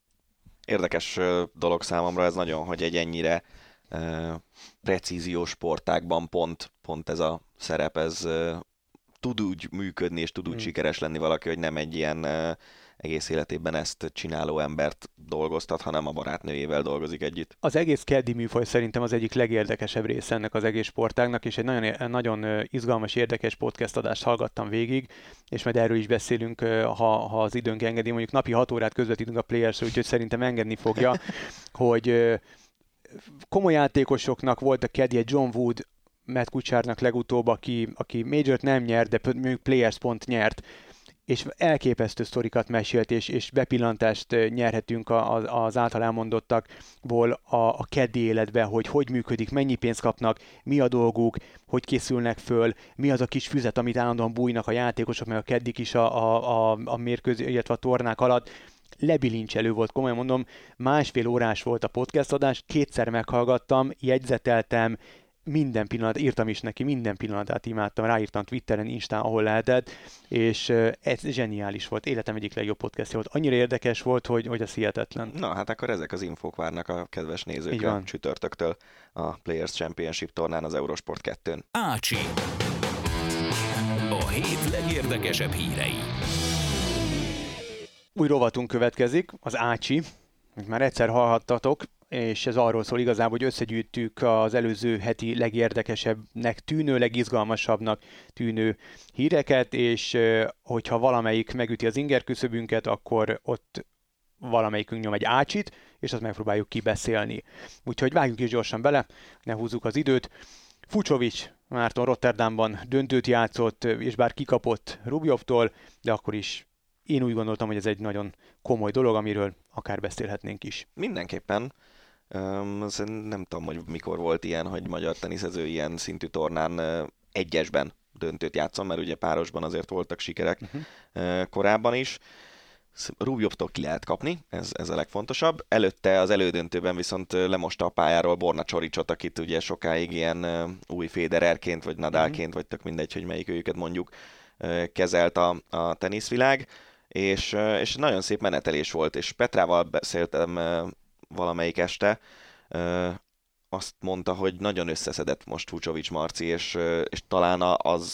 Érdekes dolog számomra ez nagyon, hogy egy ennyire uh, precíziós sportákban pont, pont ez a szerep, ez uh, tud úgy működni, és tud úgy hmm. sikeres lenni valaki, hogy nem egy ilyen uh, egész életében ezt csináló embert dolgoztat, hanem a barátnőjével dolgozik együtt. Az egész keddi műfaj szerintem az egyik legérdekesebb része ennek az egész sportágnak, és egy nagyon, nagyon izgalmas, érdekes podcast adást hallgattam végig, és majd erről is beszélünk, ha, ha az időnk engedi. Mondjuk napi hat órát közvetítünk a Players-re, úgyhogy szerintem engedni fogja, hogy komoly játékosoknak volt a kedje, John Wood, Matt Kucharnak legutóbb, aki, aki Majort nem nyert, de mondjuk Players pont nyert, és elképesztő sztorikat mesélt, és, és bepillantást nyerhetünk az, az által elmondottakból a, a keddi életbe, hogy hogy működik, mennyi pénzt kapnak, mi a dolguk, hogy készülnek föl, mi az a kis füzet, amit állandóan bújnak a játékosok, meg a keddik is a, a, a, a mérkőző, illetve a tornák alatt. Lebilincselő volt, komolyan mondom, másfél órás volt a podcast adás, kétszer meghallgattam, jegyzeteltem, minden pillanat, írtam is neki, minden pillanatát imádtam, ráírtam Twitteren, Instán, ahol lehetett, és ez zseniális volt, életem egyik legjobb podcastja volt. Annyira érdekes volt, hogy, hogy az hihetetlen. Na, hát akkor ezek az infók várnak a kedves nézőkre csütörtöktől a Players Championship tornán az Eurosport kettőn. Ácsi. A hét legérdekesebb hírei. Új rovatunk következik, az Ácsi, amit már egyszer hallhattatok, és ez arról szól igazából, hogy összegyűjtjük az előző heti legérdekesebbnek tűnő, legizgalmasabbnak tűnő híreket, és hogyha valamelyik megüti az inger küszöbünket, akkor ott valamelyikünk nyom egy ácsit, és azt megpróbáljuk kibeszélni. Úgyhogy vágjunk is gyorsan bele, ne húzzuk az időt. Fucsovics Márton Rotterdamban döntőt játszott, és bár kikapott Rubjovtól, de akkor is én úgy gondoltam, hogy ez egy nagyon komoly dolog, amiről akár beszélhetnénk is. Mindenképpen. Um, nem tudom, hogy mikor volt ilyen, hogy magyar teniszező ilyen szintű tornán uh, egyesben döntőt játszom, mert ugye párosban azért voltak sikerek uh-huh. uh, korábban is. Rubjovtól ki lehet kapni, ez, ez a legfontosabb. Előtte az elődöntőben viszont lemosta a pályáról Borna Csoricsot, akit ugye sokáig ilyen uh, új Federerként, vagy Nadalként, uh-huh. vagy tök mindegy, hogy melyik őket mondjuk uh, kezelt a, a teniszvilág, és, uh, és nagyon szép menetelés volt, és Petrával beszéltem uh, valamelyik este, uh, azt mondta, hogy nagyon összeszedett most Fucsovics Marci, és, uh, és talán az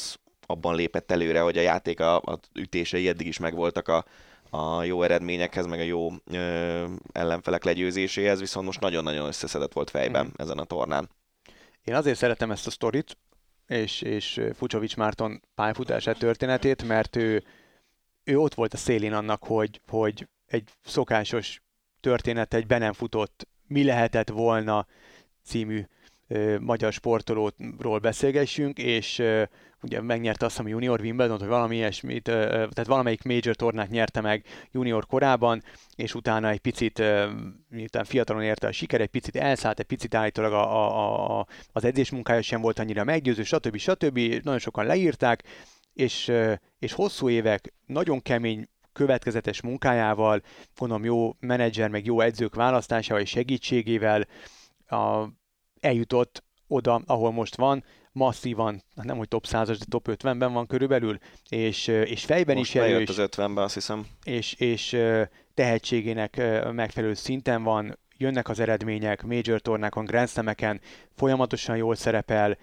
abban lépett előre, hogy a játék a, a ütései eddig is megvoltak a, a jó eredményekhez, meg a jó ö, ellenfelek legyőzéséhez, viszont most nagyon-nagyon összeszedett volt fejben mm. ezen a tornán. Én azért szeretem ezt a sztorit, és, és Fucsovics Márton pályafutását, történetét, mert ő, ő ott volt a szélén annak, hogy, hogy egy szokásos történet, egy be nem futott Mi lehetett volna című ö, magyar sportolóról beszélgessünk, és ö, ugye megnyerte azt, ami junior Wimbledon, hogy valami ilyesmit, ö, tehát valamelyik major tornát nyerte meg junior korában, és utána egy picit, ö, miután fiatalon érte a siker, egy picit elszállt, egy picit állítólag a, a, a, az edzésmunkája sem volt annyira meggyőző, stb. stb. Nagyon sokan leírták, és, ö, és hosszú évek, nagyon kemény, következetes munkájával, gondolom jó menedzser, meg jó edzők választásával és segítségével a, eljutott oda, ahol most van, masszívan, nem hogy top százas, de top ötvenben van körülbelül, és, és fejben most is erős. Most az ötvenben, azt hiszem. És, és tehetségének megfelelő szinten van, jönnek az eredmények, major tornákon, Grand Slameken, folyamatosan jól szerepel.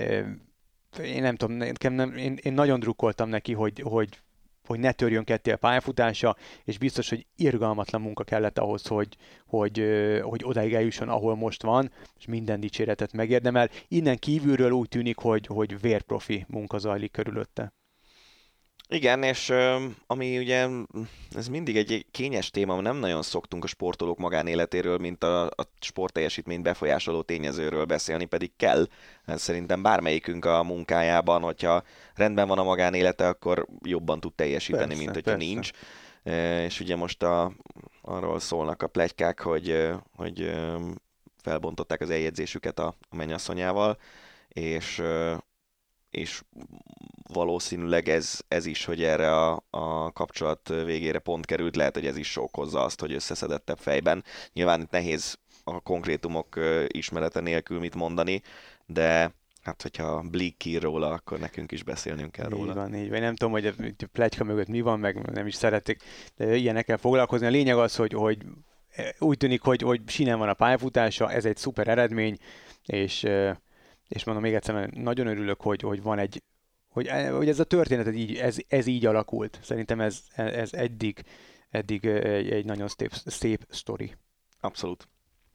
Én nem tudom, nekem nem, én, én nagyon drukkoltam neki, hogy, hogy hogy ne törjön ketté a pályafutása, és biztos, hogy irgalmatlan munka kellett ahhoz, hogy, hogy, hogy odáig eljusson, ahol most van, és minden dicséretet megérdemel. Innen kívülről úgy tűnik, hogy, hogy vérprofi munka zajlik körülötte. Igen, és ami ugye, ez mindig egy kényes téma, nem nagyon szoktunk a sportolók magánéletéről, mint a, a sportteljesítményt befolyásoló tényezőről beszélni, pedig kell. Szerintem bármelyikünk a munkájában, hogyha rendben van a magánélete, akkor jobban tud teljesíteni, persze, mint hogyha persze. nincs. És ugye most a, arról szólnak a pletykák, hogy, hogy felbontották az eljegyzésüket a, a mennyasszonyával, és és valószínűleg ez, ez is, hogy erre a, a kapcsolat végére pont került, lehet, hogy ez is okozza azt, hogy összeszedettebb fejben. Nyilván itt nehéz a konkrétumok ismerete nélkül mit mondani, de hát, hogyha Bleak ír róla, akkor nekünk is beszélnünk kell róla. Így van, így van. Nem tudom, hogy a pletyka mögött mi van, meg nem is szeretik, de ilyenekkel foglalkozni. A lényeg az, hogy, hogy úgy tűnik, hogy, hogy sinem van a pályafutása, ez egy szuper eredmény, és és mondom még egyszer, nagyon örülök, hogy, hogy van egy, hogy, hogy ez a történet, ez így, ez, ez így alakult. Szerintem ez, ez eddig, eddig egy, egy nagyon szép, szép sztori. Abszolút.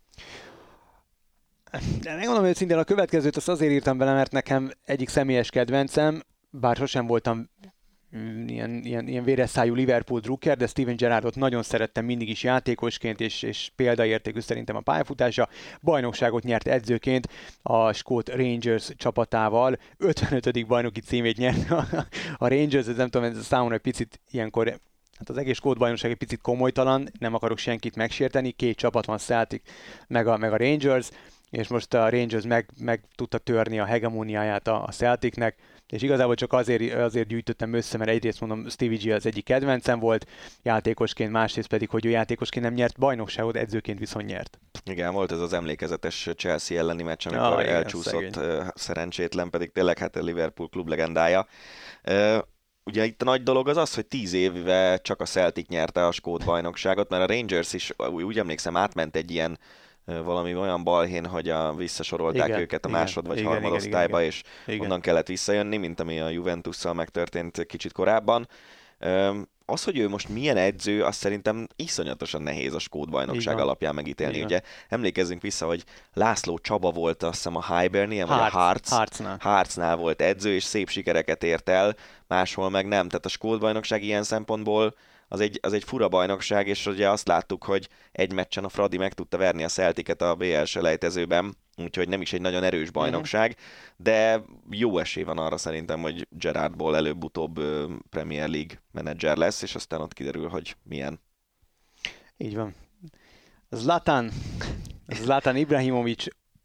De megmondom, hogy szintén a következőt azt azért írtam bele, mert nekem egyik személyes kedvencem, bár sosem voltam ilyen, ilyen, ilyen véres szájú Liverpool drukker, de Steven Gerrardot nagyon szerettem mindig is játékosként, és, és példaértékű szerintem a pályafutása. Bajnokságot nyert edzőként a skót Rangers csapatával, ötvenötödik bajnoki címét nyert a, a Rangers, ez nem tudom, ez számomra egy picit ilyenkor, hát az egész skót bajnokság egy picit komolytalan, nem akarok senkit megsérteni, két csapat van, Celtic meg a, meg a Rangers, és most a Rangers meg, meg tudta törni a hegemóniáját a, a Celticnek, és igazából csak azért, azért gyűjtöttem össze, mert egyrészt mondom, Stevie G az egyik kedvencem volt játékosként, másrészt pedig, hogy ő játékosként nem nyert bajnokságot, edzőként viszont nyert. Igen, volt ez az emlékezetes Chelsea elleni meccs, amikor ah, elcsúszott, igen, szerencsétlen, pedig tényleg hát a Liverpool klub legendája. Ugye itt a nagy dolog az az, hogy tíz éve csak a Celtic nyerte a skót bajnokságot, mert a Rangers is, úgy emlékszem, átment egy ilyen valami olyan balhén, hogy a, visszasorolták igen, őket a igen, másod vagy igen, harmadosztályba, igen, és igen. onnan kellett visszajönni, mint ami a Juventusszal megtörtént kicsit korábban. Az, hogy ő most milyen edző, azt szerintem iszonyatosan nehéz a skót bajnokság igen. alapján megítélni. Igen. Ugye emlékezzünk vissza, hogy László Csaba volt azt hiszem a Hibernian, vagy a Hearts, Heartsnál. Heartsnál volt edző, és szép sikereket ért el, máshol meg nem. Tehát a skót bajnokság ilyen szempontból az egy, az egy fura bajnokság, és ugye azt láttuk, hogy egy meccsen a Fradi meg tudta verni a Celticet a bé el selejtezőben, úgyhogy nem is egy nagyon erős bajnokság, de jó esély van arra szerintem, hogy Gerrardból előbb-utóbb Premier League menedzser lesz, és aztán ott kiderül, hogy milyen. Így van. Zlatan, Zlatan Ibrahimovic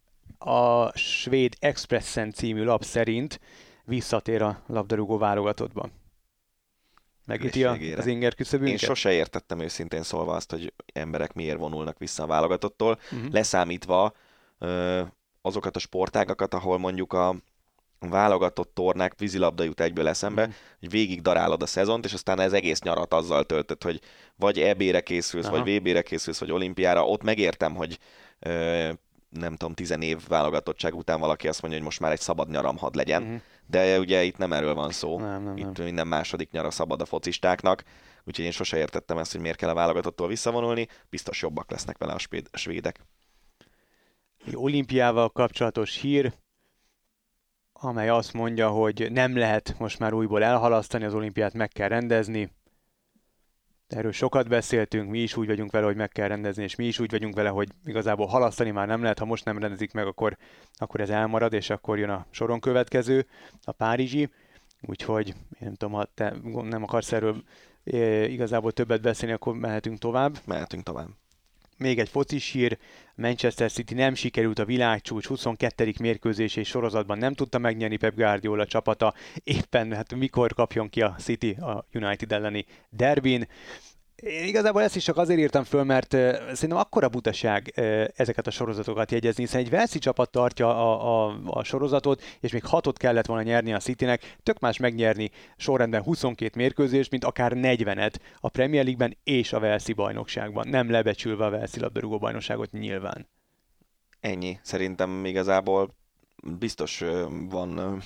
a svéd Expressen című lap szerint visszatér a labdarúgó válogatottban. Megüti az inger küszöbünket? Én sose értettem őszintén szólva azt, hogy emberek miért vonulnak vissza a válogatottól, uh-huh. leszámítva ö, azokat a sportágakat, ahol mondjuk a válogatott tornák, vízilabda jut egyből eszembe, uh-huh. hogy végig darálod a szezont, és aztán ez egész nyarat azzal töltött, hogy vagy é bé-re készülsz, Aha. vagy vé bé-re készülsz, vagy olimpiára. Ott megértem, hogy ö, nem tudom, tizen év válogatottság után valaki azt mondja, hogy most már egy szabad nyaram hadd legyen, uh-huh. de ugye itt nem erről van szó. Nem, nem, itt nem. minden második nyara szabad a focistáknak, úgyhogy én sose értettem ezt, hogy miért kell a válogatottól visszavonulni, biztos jobbak lesznek vele a, spéd, a svédek. Olimpiával kapcsolatos hír, amely azt mondja, hogy nem lehet most már újból elhalasztani, az olimpiát meg kell rendezni. Erről sokat beszéltünk, mi is úgy vagyunk vele, hogy meg kell rendezni, és mi is úgy vagyunk vele, hogy igazából halasztani már nem lehet, ha most nem rendezik meg, akkor, akkor ez elmarad, és akkor jön a soron következő, a párizsi. Úgyhogy én nem tudom, ha te nem akarsz erről e, igazából többet beszélni, akkor mehetünk tovább. Mehetünk tovább. Még egy focis hír, Manchester City nem sikerült a világcsúcs huszonkettő mérkőzés és sorozatban nem tudta megnyerni Pep Guardiola csapata. Éppen hát mikor kapjon ki a City a United elleni derbin. Én igazából ezt is csak azért írtam föl, mert uh, szerintem akkora butaság uh, ezeket a sorozatokat jegyezni, hiszen egy Walesi csapat tartja a, a, a sorozatot, és még hatot kellett volna nyerni a Citynek, tök más megnyerni sorrendben huszonkét mérkőzést, mint akár negyvenet a Premier League-ben és a Walesi bajnokságban, nem lebecsülve a Walesi labdarúgó bajnokságot nyilván. Ennyi. Szerintem igazából biztos van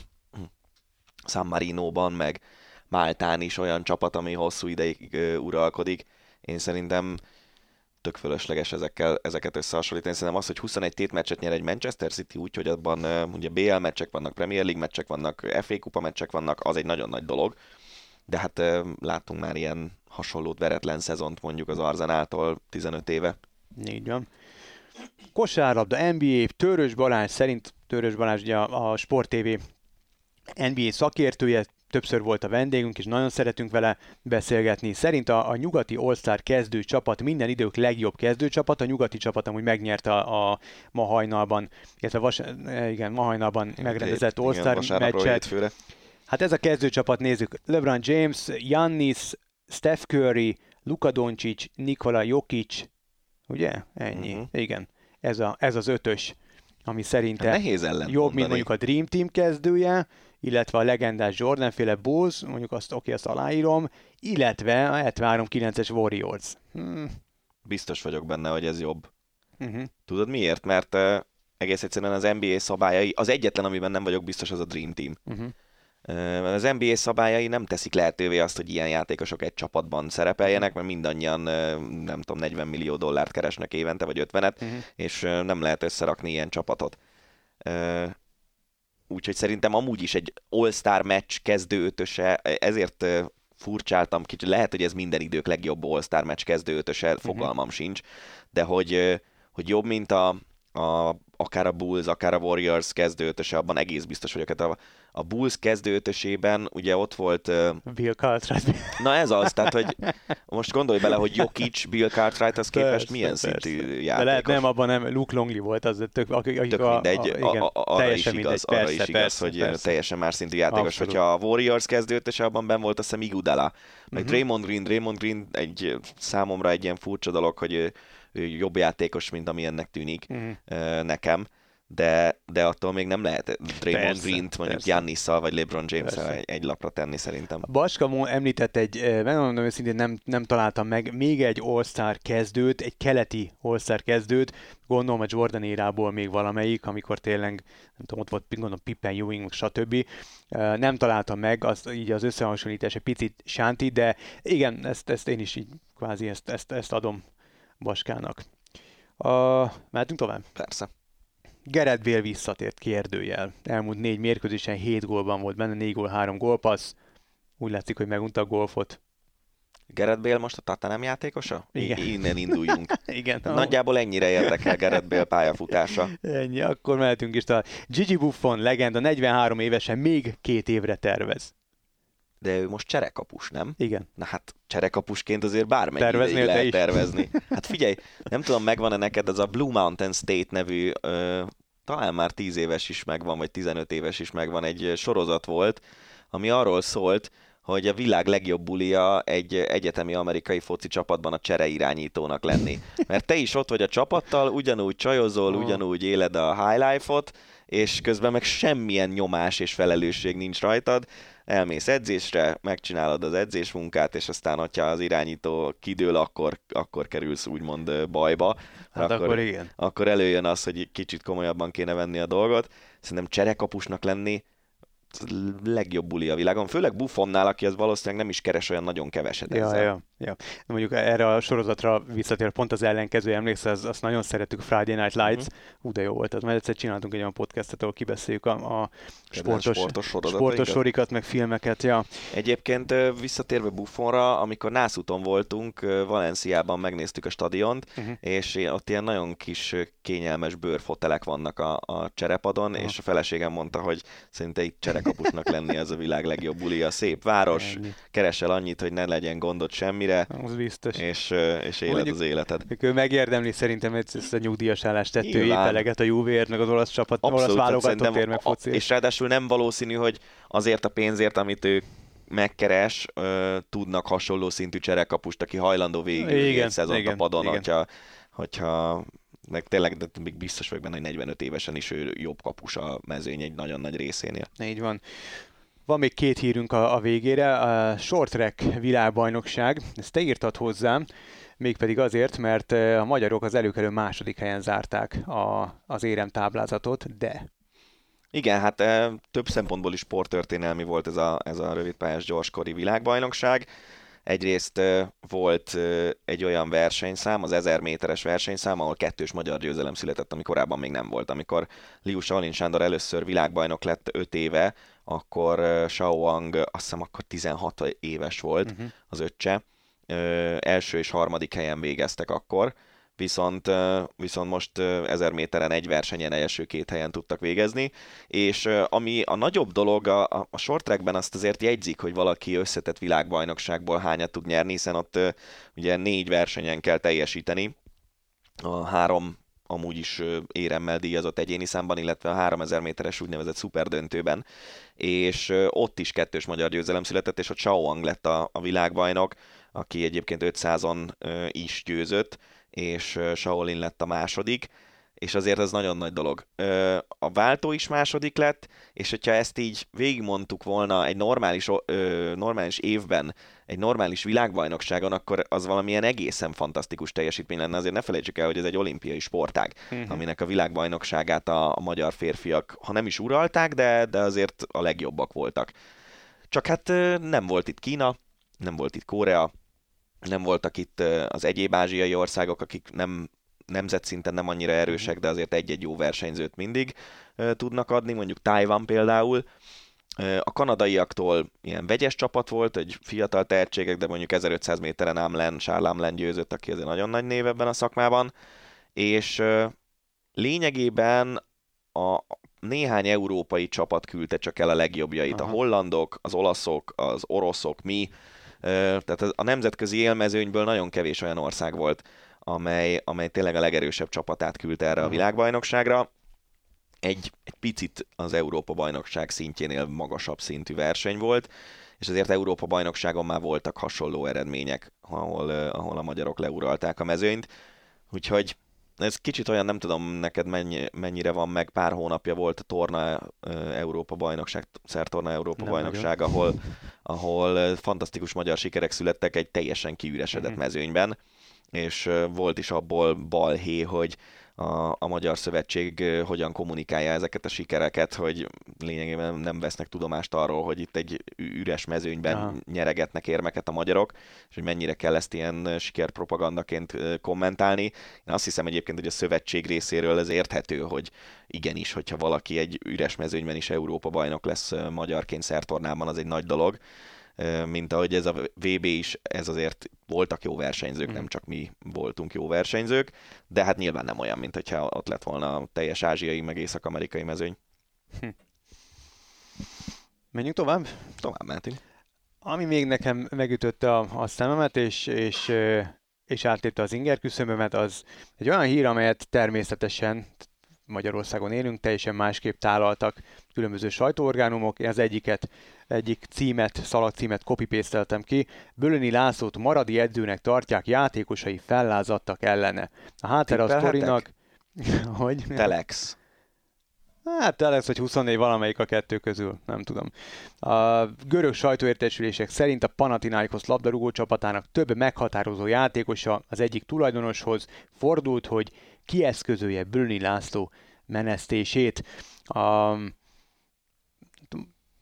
San Marinóban, meg Máltán is olyan csapat, ami hosszú ideig uralkodik. Én szerintem tök fölösleges ezekkel, ezeket összehasonlítani. Szerintem az, hogy huszonegy tétmeccset nyer egy Manchester City úgy, hogy abban ugye bé el meccsek vannak, Premier League meccsek vannak, ef á kupa meccsek vannak, az egy nagyon nagy dolog. De hát láttunk már ilyen hasonlót, veretlen szezont mondjuk az Arsenaltól tizenöt éve. Így van. Kosárlabda, en bé á, Törös Balázs szerint, Törös Balázs ugye a, a Sport té vé en bé á szakértője, többször volt a vendégünk, és nagyon szeretünk vele beszélgetni. Szerint a, a nyugati All-Star kezdő csapat minden idők legjobb kezdő csapat, a nyugati csapat amúgy megnyerte a, a ma hajnalban, illetve vas, igen, ma hajnalban megrendezett All-Star meccset. Hát ez a kezdő csapat, nézzük, LeBron James, Giannis, Steph Curry, Luka Doncic, Nikola Jokic, ugye? Ennyi. Uh-huh. Igen. Ez, a, ez az ötös, ami szerintem nehéz ellen jobb, mondani. mint mondjuk a Dream Team kezdője, illetve a legendás Jordan-féle Bulls, mondjuk azt, oké, azt aláírom, illetve a hetvenhárom kilences Warriors. Hmm. Biztos vagyok benne, hogy ez jobb. Uh-huh. Tudod miért? Mert uh, egész egyszerűen az en bé á szabályai, az egyetlen, amiben nem vagyok biztos, az a Dream Team. Uh-huh. Uh, az en bé á szabályai nem teszik lehetővé azt, hogy ilyen játékosok egy csapatban szerepeljenek, mert mindannyian, uh, nem tudom, negyven millió dollárt keresnek évente, vagy ötvenet, uh-huh. és uh, nem lehet összerakni ilyen csapatot. Uh, Úgyhogy szerintem amúgy is egy All-Star meccs kezdő ötöse, ezért furcsáltam kicsit, lehet, hogy ez minden idők legjobb All-Star meccs kezdő ötöse, fogalmam uh-huh. sincs, de hogy, hogy jobb, mint a, a, akár a Bulls, akár a Warriors kezdő ötöse, abban egész biztos vagyok. Hát a, a Bulls kezdő ötösében ugye ott volt... Bill Cartwright. Na ez az, tehát hogy most gondolj bele, hogy Jokic, Bill Cartwright-hoz képest persze, milyen persze. szintű játékos. De lehet nem, abban nem, Luke Longley volt, az tök, akik, akik tök a, mindegy, a, igen, a, a, arra is igaz, mindegy, arra persze, is igaz persze, hogy persze. teljesen más szintű játékos. Abszolút. Hogyha a Warriors kezdő ötöse, abban benn volt, azt hiszem Iguodala, meg uh-huh. Draymond Green, Draymond Green egy számomra egy ilyen furcsa dolog, hogy ő, ő jobb játékos, mint ami ennek tűnik uh-huh. nekem. De, de attól még nem lehet Draymond Green-t mondjuk Giannisszal vagy LeBron James-szel egy, egy lapra tenni szerintem. Baska említett egy, megmondom őszintén, nem, nem találtam meg, még egy All-Star kezdőt, egy keleti All-Star kezdőt, gondolom a Jordan érából még valamelyik, amikor tényleg, nem tudom, ott volt gondolom Pippen, Ewing, stb. Nem találtam meg, az, így az összehasonlítás egy picit sánti, de igen, ezt, ezt én is így kvázi ezt, ezt, ezt adom Baskának. Uh, mehetünk tovább? Persze. Gareth Bale visszatért, kérdőjel. Elmúlt négy mérkőzésen hét gólban volt benne, négy gól, három gólpassz. Úgy látszik, hogy megunta a golfot. Gareth Bale most a Tottenham játékosa? Igen. I- innen induljunk. Igen. Nagyjából ennyire érdekel Gareth Bale pályafutása. Ennyi, akkor mehetünk is tovább. Gigi Buffon, legenda, negyvenhárom évesen, még két évre tervez. De ő most cserekapus, nem? Igen. Na hát cserekapusként azért bármennyi ideig lehet is tervezni. Hát figyelj, nem tudom, megvan-e neked az a Blue Mountain State nevű, ö, talán már tíz éves is megvan, vagy tizenöt éves is megvan, egy sorozat volt, ami arról szólt, hogy a világ legjobb bulia egy egyetemi amerikai foci csapatban a csereirányítónak lenni. Mert te is ott vagy a csapattal, ugyanúgy csajozol, oh. ugyanúgy éled a high life-ot, és közben meg semmilyen nyomás és felelősség nincs rajtad, elmész edzésre, megcsinálod az edzésmunkát, és aztán, hogyha az irányító kidől, akkor, akkor kerülsz úgymond bajba. Hát akkor, akkor igen. Akkor előjön az, hogy kicsit komolyabban kéne venni a dolgot. Szerintem cserekapusnak lenni legjobb buli a világon, főleg Buffonnál, aki az valószínűleg nem is keres olyan nagyon keveset ja, ezzel. Ja, ja. Mondjuk erre a sorozatra visszatér, pont az ellenkező, emlékszel, azt, azt nagyon szerettük, Friday Night Lights, uh-huh. Ú, de jó volt, az, mert egyszer csináltunk egy olyan podcastet, ahol kibeszéljük a, a sportos, sportos, sportos sorikat, meg filmeket. Ja. Egyébként visszatérve Buffonra, amikor Nászúton voltunk, Valenciában megnéztük a stadiont, uh-huh. és ott ilyen nagyon kis kényelmes bőrfotelek vannak a, a cserepadon, uh-huh. és a feleségem mondta, hogy szerinte itt cserekapusnak lenni az a világ legjobb bulia. Szép város, Ennyi. keresel annyit, hogy ne legyen gondod semmire, az biztos. És, és éled Mondjuk, az életed. Ő megérdemli szerintem ezt a nyugdíjas állást tettő épeleget a Juvéért, meg az olasz csapat, Abszolút, olasz válogatott ér meg foci. És ráadásul nem valószínű, hogy azért a pénzért, amit ő megkeres, ö, tudnak hasonló szintű cserekapust, aki hajlandó végül egy szezont a padon, igen. hogyha, hogyha meg tényleg, de még biztos vagyok benne, hogy negyvenöt évesen is ő jobb kapus a mezőny egy nagyon nagy részénél. Így van. Van még két hírünk a, a végére, a short track világbajnokság, ezt te írtad hozzám, mégpedig azért, mert a magyarok az előkelő második helyen zárták a, az éremtáblázatot, de... Igen, hát e, több szempontból is sporttörténelmi volt ez a, ez a rövidpályás gyorskori világbajnokság. Egyrészt e, volt e, egy olyan versenyszám, az ezer méteres versenyszám, ahol kettős magyar győzelem született, ami korábban még nem volt. Amikor Liu Shaolin Sándor először világbajnok lett öt éve, akkor uh, Shao Wang, azt hiszem akkor tizenhat éves volt, uh-huh. az öccse. Uh, első és harmadik helyen végeztek akkor, viszont, uh, viszont most uh, ezer méteren egy versenyen első két helyen tudtak végezni, és uh, ami a nagyobb dolog, a, a short trackben azt azért jegyzik, hogy valaki összetett világbajnokságból hányat tud nyerni, hiszen ott uh, ugye négy versenyen kell teljesíteni, a három amúgy is éremmel díjazott egyéni számban, illetve a háromezer méteres úgynevezett szuperdöntőben, és ott is kettős magyar győzelem született, és ott Shao Wang lett a, a világbajnok, aki egyébként ötszázon is győzött, és Shaolin lett a második, és azért ez nagyon nagy dolog. A váltó is második lett, és hogyha ezt így végigmondtuk volna egy normális, normális évben, egy normális világbajnokságon, akkor az valamilyen egészen fantasztikus teljesítmény lenne. Azért ne felejtsük el, hogy ez egy olimpiai sportág, uh-huh. aminek a világbajnokságát a, a magyar férfiak, ha nem is uralták, de, de azért a legjobbak voltak. Csak hát nem volt itt Kína, nem volt itt Korea, nem voltak itt az egyéb ázsiai országok, akik nem nemzetszinten nem annyira erősek, de azért egy-egy jó versenyzőt mindig uh, tudnak adni, mondjuk Tajvan például. Uh, a kanadaiaktól ilyen vegyes csapat volt, egy fiatal tehetségek, de mondjuk ezerötszáz méteren Amlen, Charles Amlen győzött, aki azért nagyon nagy név ebben a szakmában, és uh, lényegében a néhány európai csapat küldte csak el a legjobbjait. Aha. A hollandok, az olaszok, az oroszok, mi, uh, tehát a nemzetközi élmezőnyből nagyon kevés olyan ország volt, amely, amely tényleg a legerősebb csapatát küldte erre a világbajnokságra. Egy, egy picit az Európa-bajnokság szintjénél magasabb szintű verseny volt, és azért Európa-bajnokságon már voltak hasonló eredmények, ahol, ahol a magyarok leuralták a mezőnyt. Úgyhogy ez kicsit olyan, nem tudom neked mennyi, mennyire van meg, pár hónapja volt a torna Európa-bajnokság, szertorna Európa-bajnokság, ahol, ahol fantasztikus magyar sikerek születtek egy teljesen kiüresedett mm-hmm. mezőnyben, és volt is abból balhé, hogy a, a Magyar Szövetség hogyan kommunikálja ezeket a sikereket, hogy lényegében nem vesznek tudomást arról, hogy itt egy üres mezőnyben Aha. nyeregetnek érmeket a magyarok, és hogy mennyire kell ezt ilyen sikerpropagandaként kommentálni. Én azt hiszem egyébként, hogy a szövetség részéről ez érthető, hogy igenis, hogyha valaki egy üres mezőnyben is Európa bajnok lesz magyarként szertornában, az egy nagy dolog. Mint ahogy ez a vé bé is, ez azért voltak jó versenyzők, mm. nem csak mi voltunk jó versenyzők, de hát nyilván nem olyan, mint hogyha ott lett volna a teljes ázsiai, meg észak-amerikai mezőny. Hm. Menjünk tovább? Tovább mehetünk. Ami még nekem megütötte a, a szememet, és, és, és átlépte az inger küszöbömet, az egy olyan hír, amelyet természetesen Magyarországon élünk, teljesen másképp tálaltak különböző sajtóorgánumok. Én az egyiket, egyik címet, szalagcímet copy-pasteltem ki. Bölöni Lászlót maradi edzőnek tartják, játékosai fellázadtak ellene. A háttere a sztorinak... hogy? Telex. Hát Telex vagy huszonnégy, valamelyik a kettő közül, nem tudom. A görög sajtóértesülések szerint a Panathinaikos labdarúgó csapatának több meghatározó játékosa az egyik tulajdonoshoz fordult, hogy kieszközölje Bölöni László menesztését. A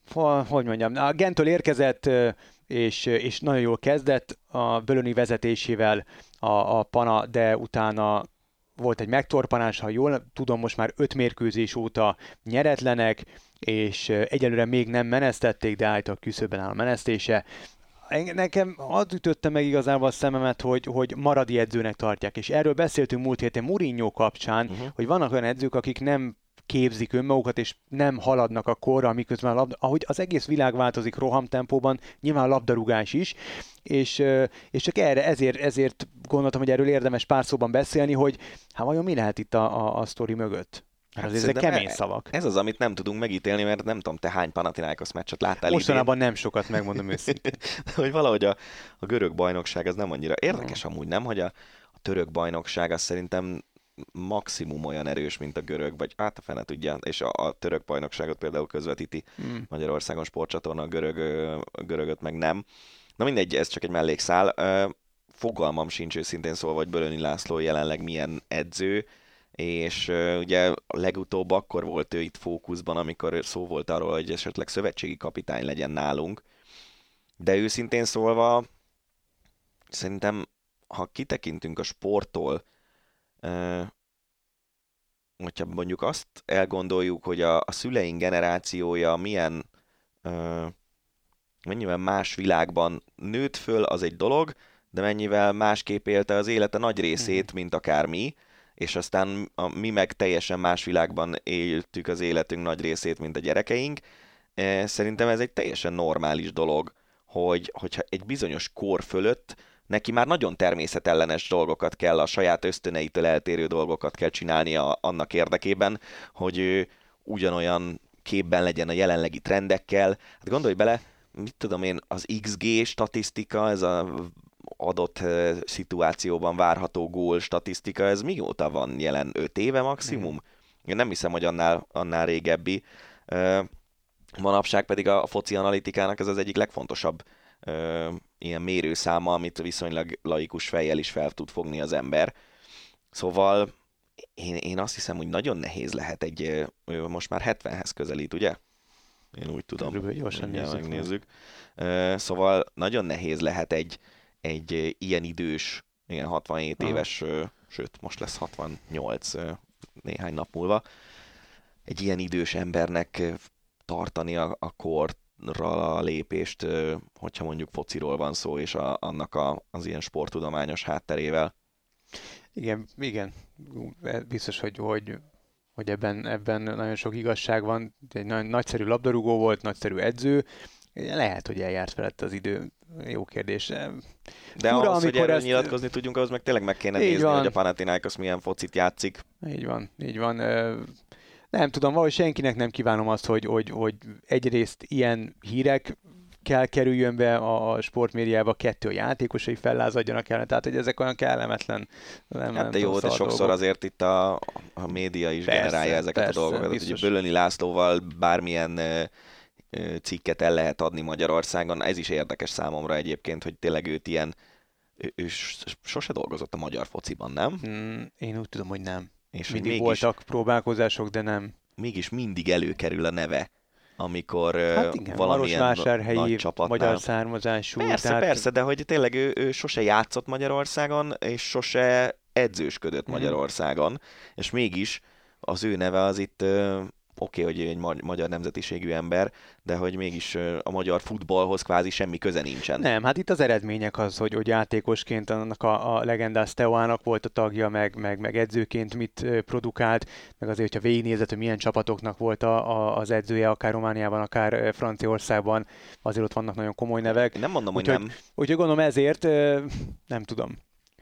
hogy mondjam, a Genttől érkezett, és, és nagyon jól kezdett a Bölöni vezetésével a, a Pana, de utána volt egy megtorpanás, ha jól tudom, most már öt mérkőzés óta nyeretlenek, és egyelőre még nem menesztették, de állítólag küszöbben áll a menesztése. Nekem az ütötte meg igazából a szememet, hogy, hogy maradi edzőnek tartják, és erről beszéltünk múlt héten Mourinho kapcsán, uh-huh. hogy vannak olyan edzők, akik nem képzik önmagukat, és nem haladnak a korra, miközben a labda, ahogy az egész világ változik rohamtempóban, nyilván a labdarúgás is, és, és csak erre, ezért, ezért gondoltam, hogy erről érdemes pár szóban beszélni, hogy hát vajon mi lehet itt a, a, a sztori mögött? Hát azért ezek kemény szavak. Ez az, amit nem tudunk megítélni, mert nem tudom, te hány Panathinaikos meccset láttál mostanában idén? Nem sokat, megmondom őszintén. Hogy valahogy a, a görög bajnokság az nem annyira érdekes hmm. amúgy, nem? Hogy a, a török bajnokság az szerintem maximum olyan erős, mint a görög, vagy hát a fene tudja, és a, a török bajnokságot például közvetíti hmm. Magyarországon sportcsatorna, a görög, a görögöt meg nem. Na mindegy, ez csak egy mellékszál. Fogalmam sincs őszintén szólva, hogy Bölöni László jelenleg milyen edző, és uh, ugye legutóbb akkor volt ő itt fókuszban, amikor szó volt arról, hogy esetleg szövetségi kapitány legyen nálunk. De őszintén szólva, szerintem, ha kitekintünk a sporttól, uh, hogyha mondjuk azt elgondoljuk, hogy a, a szüleink generációja milyen, uh, mennyivel más világban nőtt föl, az egy dolog, de mennyivel másképp élte az élete nagy részét, mint akár mi, és aztán a, mi meg teljesen más világban éltük az életünk nagy részét, mint a gyerekeink. Szerintem ez egy teljesen normális dolog, hogy, hogyha egy bizonyos kor fölött neki már nagyon természetellenes dolgokat kell, a saját ösztöneitől eltérő dolgokat kell csinálnia annak érdekében, hogy ő ugyanolyan képben legyen a jelenlegi trendekkel. Hát gondolj bele, mit tudom én, az iksz gé statisztika, ez a adott uh, szituációban várható gól statisztika, ez mióta van jelen? öt éve maximum? Mm. Én nem hiszem, hogy annál, annál régebbi. Uh, manapság pedig a, a foci analitikának ez az egyik legfontosabb uh, ilyen mérőszáma, amit viszonylag laikus fejjel is fel tud fogni az ember. Szóval én, én azt hiszem, hogy nagyon nehéz lehet egy, uh, most már hetvenhez közelít, ugye? Én úgy tudom. Körülbelül gyorsan megnézzük. Uh, szóval nagyon nehéz lehet egy egy ilyen idős, ilyen hatvanhét Aha. éves, sőt, most lesz hatvannyolc néhány nap múlva, egy ilyen idős embernek tartani a, a korra a lépést, hogyha mondjuk fociról van szó, és a, annak a, az ilyen sporttudományos hátterével. Igen, igen. Biztos, hogy, hogy, hogy ebben, ebben nagyon sok igazság van. Egy nagyon nagyszerű labdarúgó volt, nagyszerű edző. Lehet, hogy eljárt felett az idő. Jó kérdés. De Fura, ahhoz, hogy erről ezt... nyilatkozni tudjunk, ahhoz meg tényleg meg kéne így nézni, van. Hogy a Panathinaikos milyen focit játszik. Így van, így van. Nem tudom, valahogy senkinek nem kívánom azt, hogy, hogy, hogy egyrészt ilyen hírek kell kerüljön be a sportmédiába, kettő a játékosai fellázadjanak ellen, tehát hogy ezek olyan kellemetlen. Nem, hát de jó, de sokszor dolgok. Azért itt a, a média is persze, generálja ezeket persze, a dolgokat. Biztos. Ugye Bölöni Lászlóval bármilyen cikket el lehet adni Magyarországon. Ez is érdekes számomra egyébként, hogy tényleg őt ilyen, ő, ő sose dolgozott a magyar fociban, nem? Mm, én úgy tudom, hogy nem. És mindig mégis, voltak próbálkozások, de nem. Mégis mindig előkerül a neve, amikor hát igen, valamilyen nagy csapatnál. Magyar származású. Persze, tehát... persze, de hogy tényleg ő, ő sose játszott Magyarországon, és sose edzősködött mm. Magyarországon, és mégis az ő neve az itt... Oké, okay, hogy egy magyar nemzetiségű ember, de hogy mégis a magyar futballhoz kvázi semmi köze nincsen. Nem, hát itt az eredmények az, hogy, hogy játékosként annak a, a legendás Steaua-nak volt a tagja, meg, meg, meg edzőként mit produkált, meg azért, hogyha végignézett, hogy milyen csapatoknak volt a, a, az edzője, akár Romániában, akár Franciaországban, azért ott vannak nagyon komoly nevek. Én nem mondom, úgy, hogy nem. Úgyhogy gondolom ezért, nem tudom.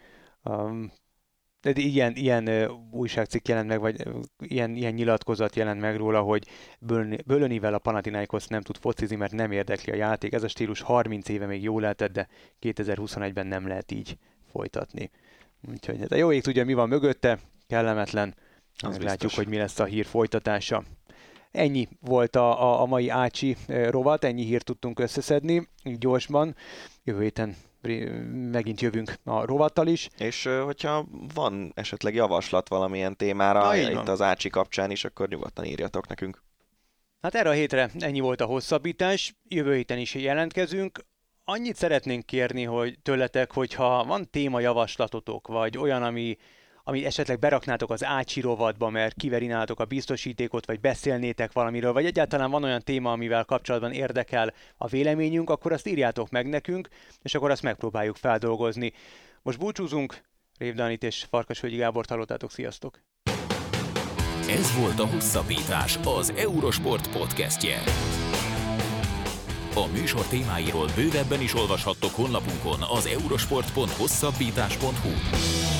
Um, De ilyen, ilyen uh, újságcikk jelent meg, vagy uh, ilyen, ilyen nyilatkozat jelent meg róla, hogy Bölöni, Bölönivel a Panathinaikos nem tud focizni, mert nem érdekli a játék. Ez a stílus harminc éve még jól lehetett, de kétezer-huszonegyben nem lehet így folytatni. Úgyhogy hát a jó ég tudja, mi van mögötte, kellemetlen. Látjuk, hogy mi lesz a hír folytatása. Ennyi volt a, a, a mai Ácsi rovat, ennyi hírt tudtunk összeszedni, így gyorsban. Jövő héten megint jövünk a rovattal is. És hogyha van esetleg javaslat valamilyen témára, Na, itt van. Az Ácsi kapcsán is, akkor nyugodtan írjatok nekünk. Hát erre a hétre ennyi volt a hosszabbítás, jövő héten is jelentkezünk. Annyit szeretnénk kérni, hogy tőletek, hogyha van témajavaslatotok, vagy olyan, ami, ami esetleg beraknátok az Ácsi rovatba, mert kiverinátok a biztosítékot, vagy beszélnétek valamiről, vagy egyáltalán van olyan téma, amivel kapcsolatban érdekel a véleményünk, akkor azt írjátok meg nekünk, és akkor azt megpróbáljuk feldolgozni. Most búcsúzunk, Rév Danit és Farkasvölgyi Gábort hallottátok, sziasztok! Ez volt a Hosszabbítás, az Eurosport podcastje. A műsor témáiról bővebben is olvashattok honlapunkon, az eurosport pont hosszabbítás pont hu.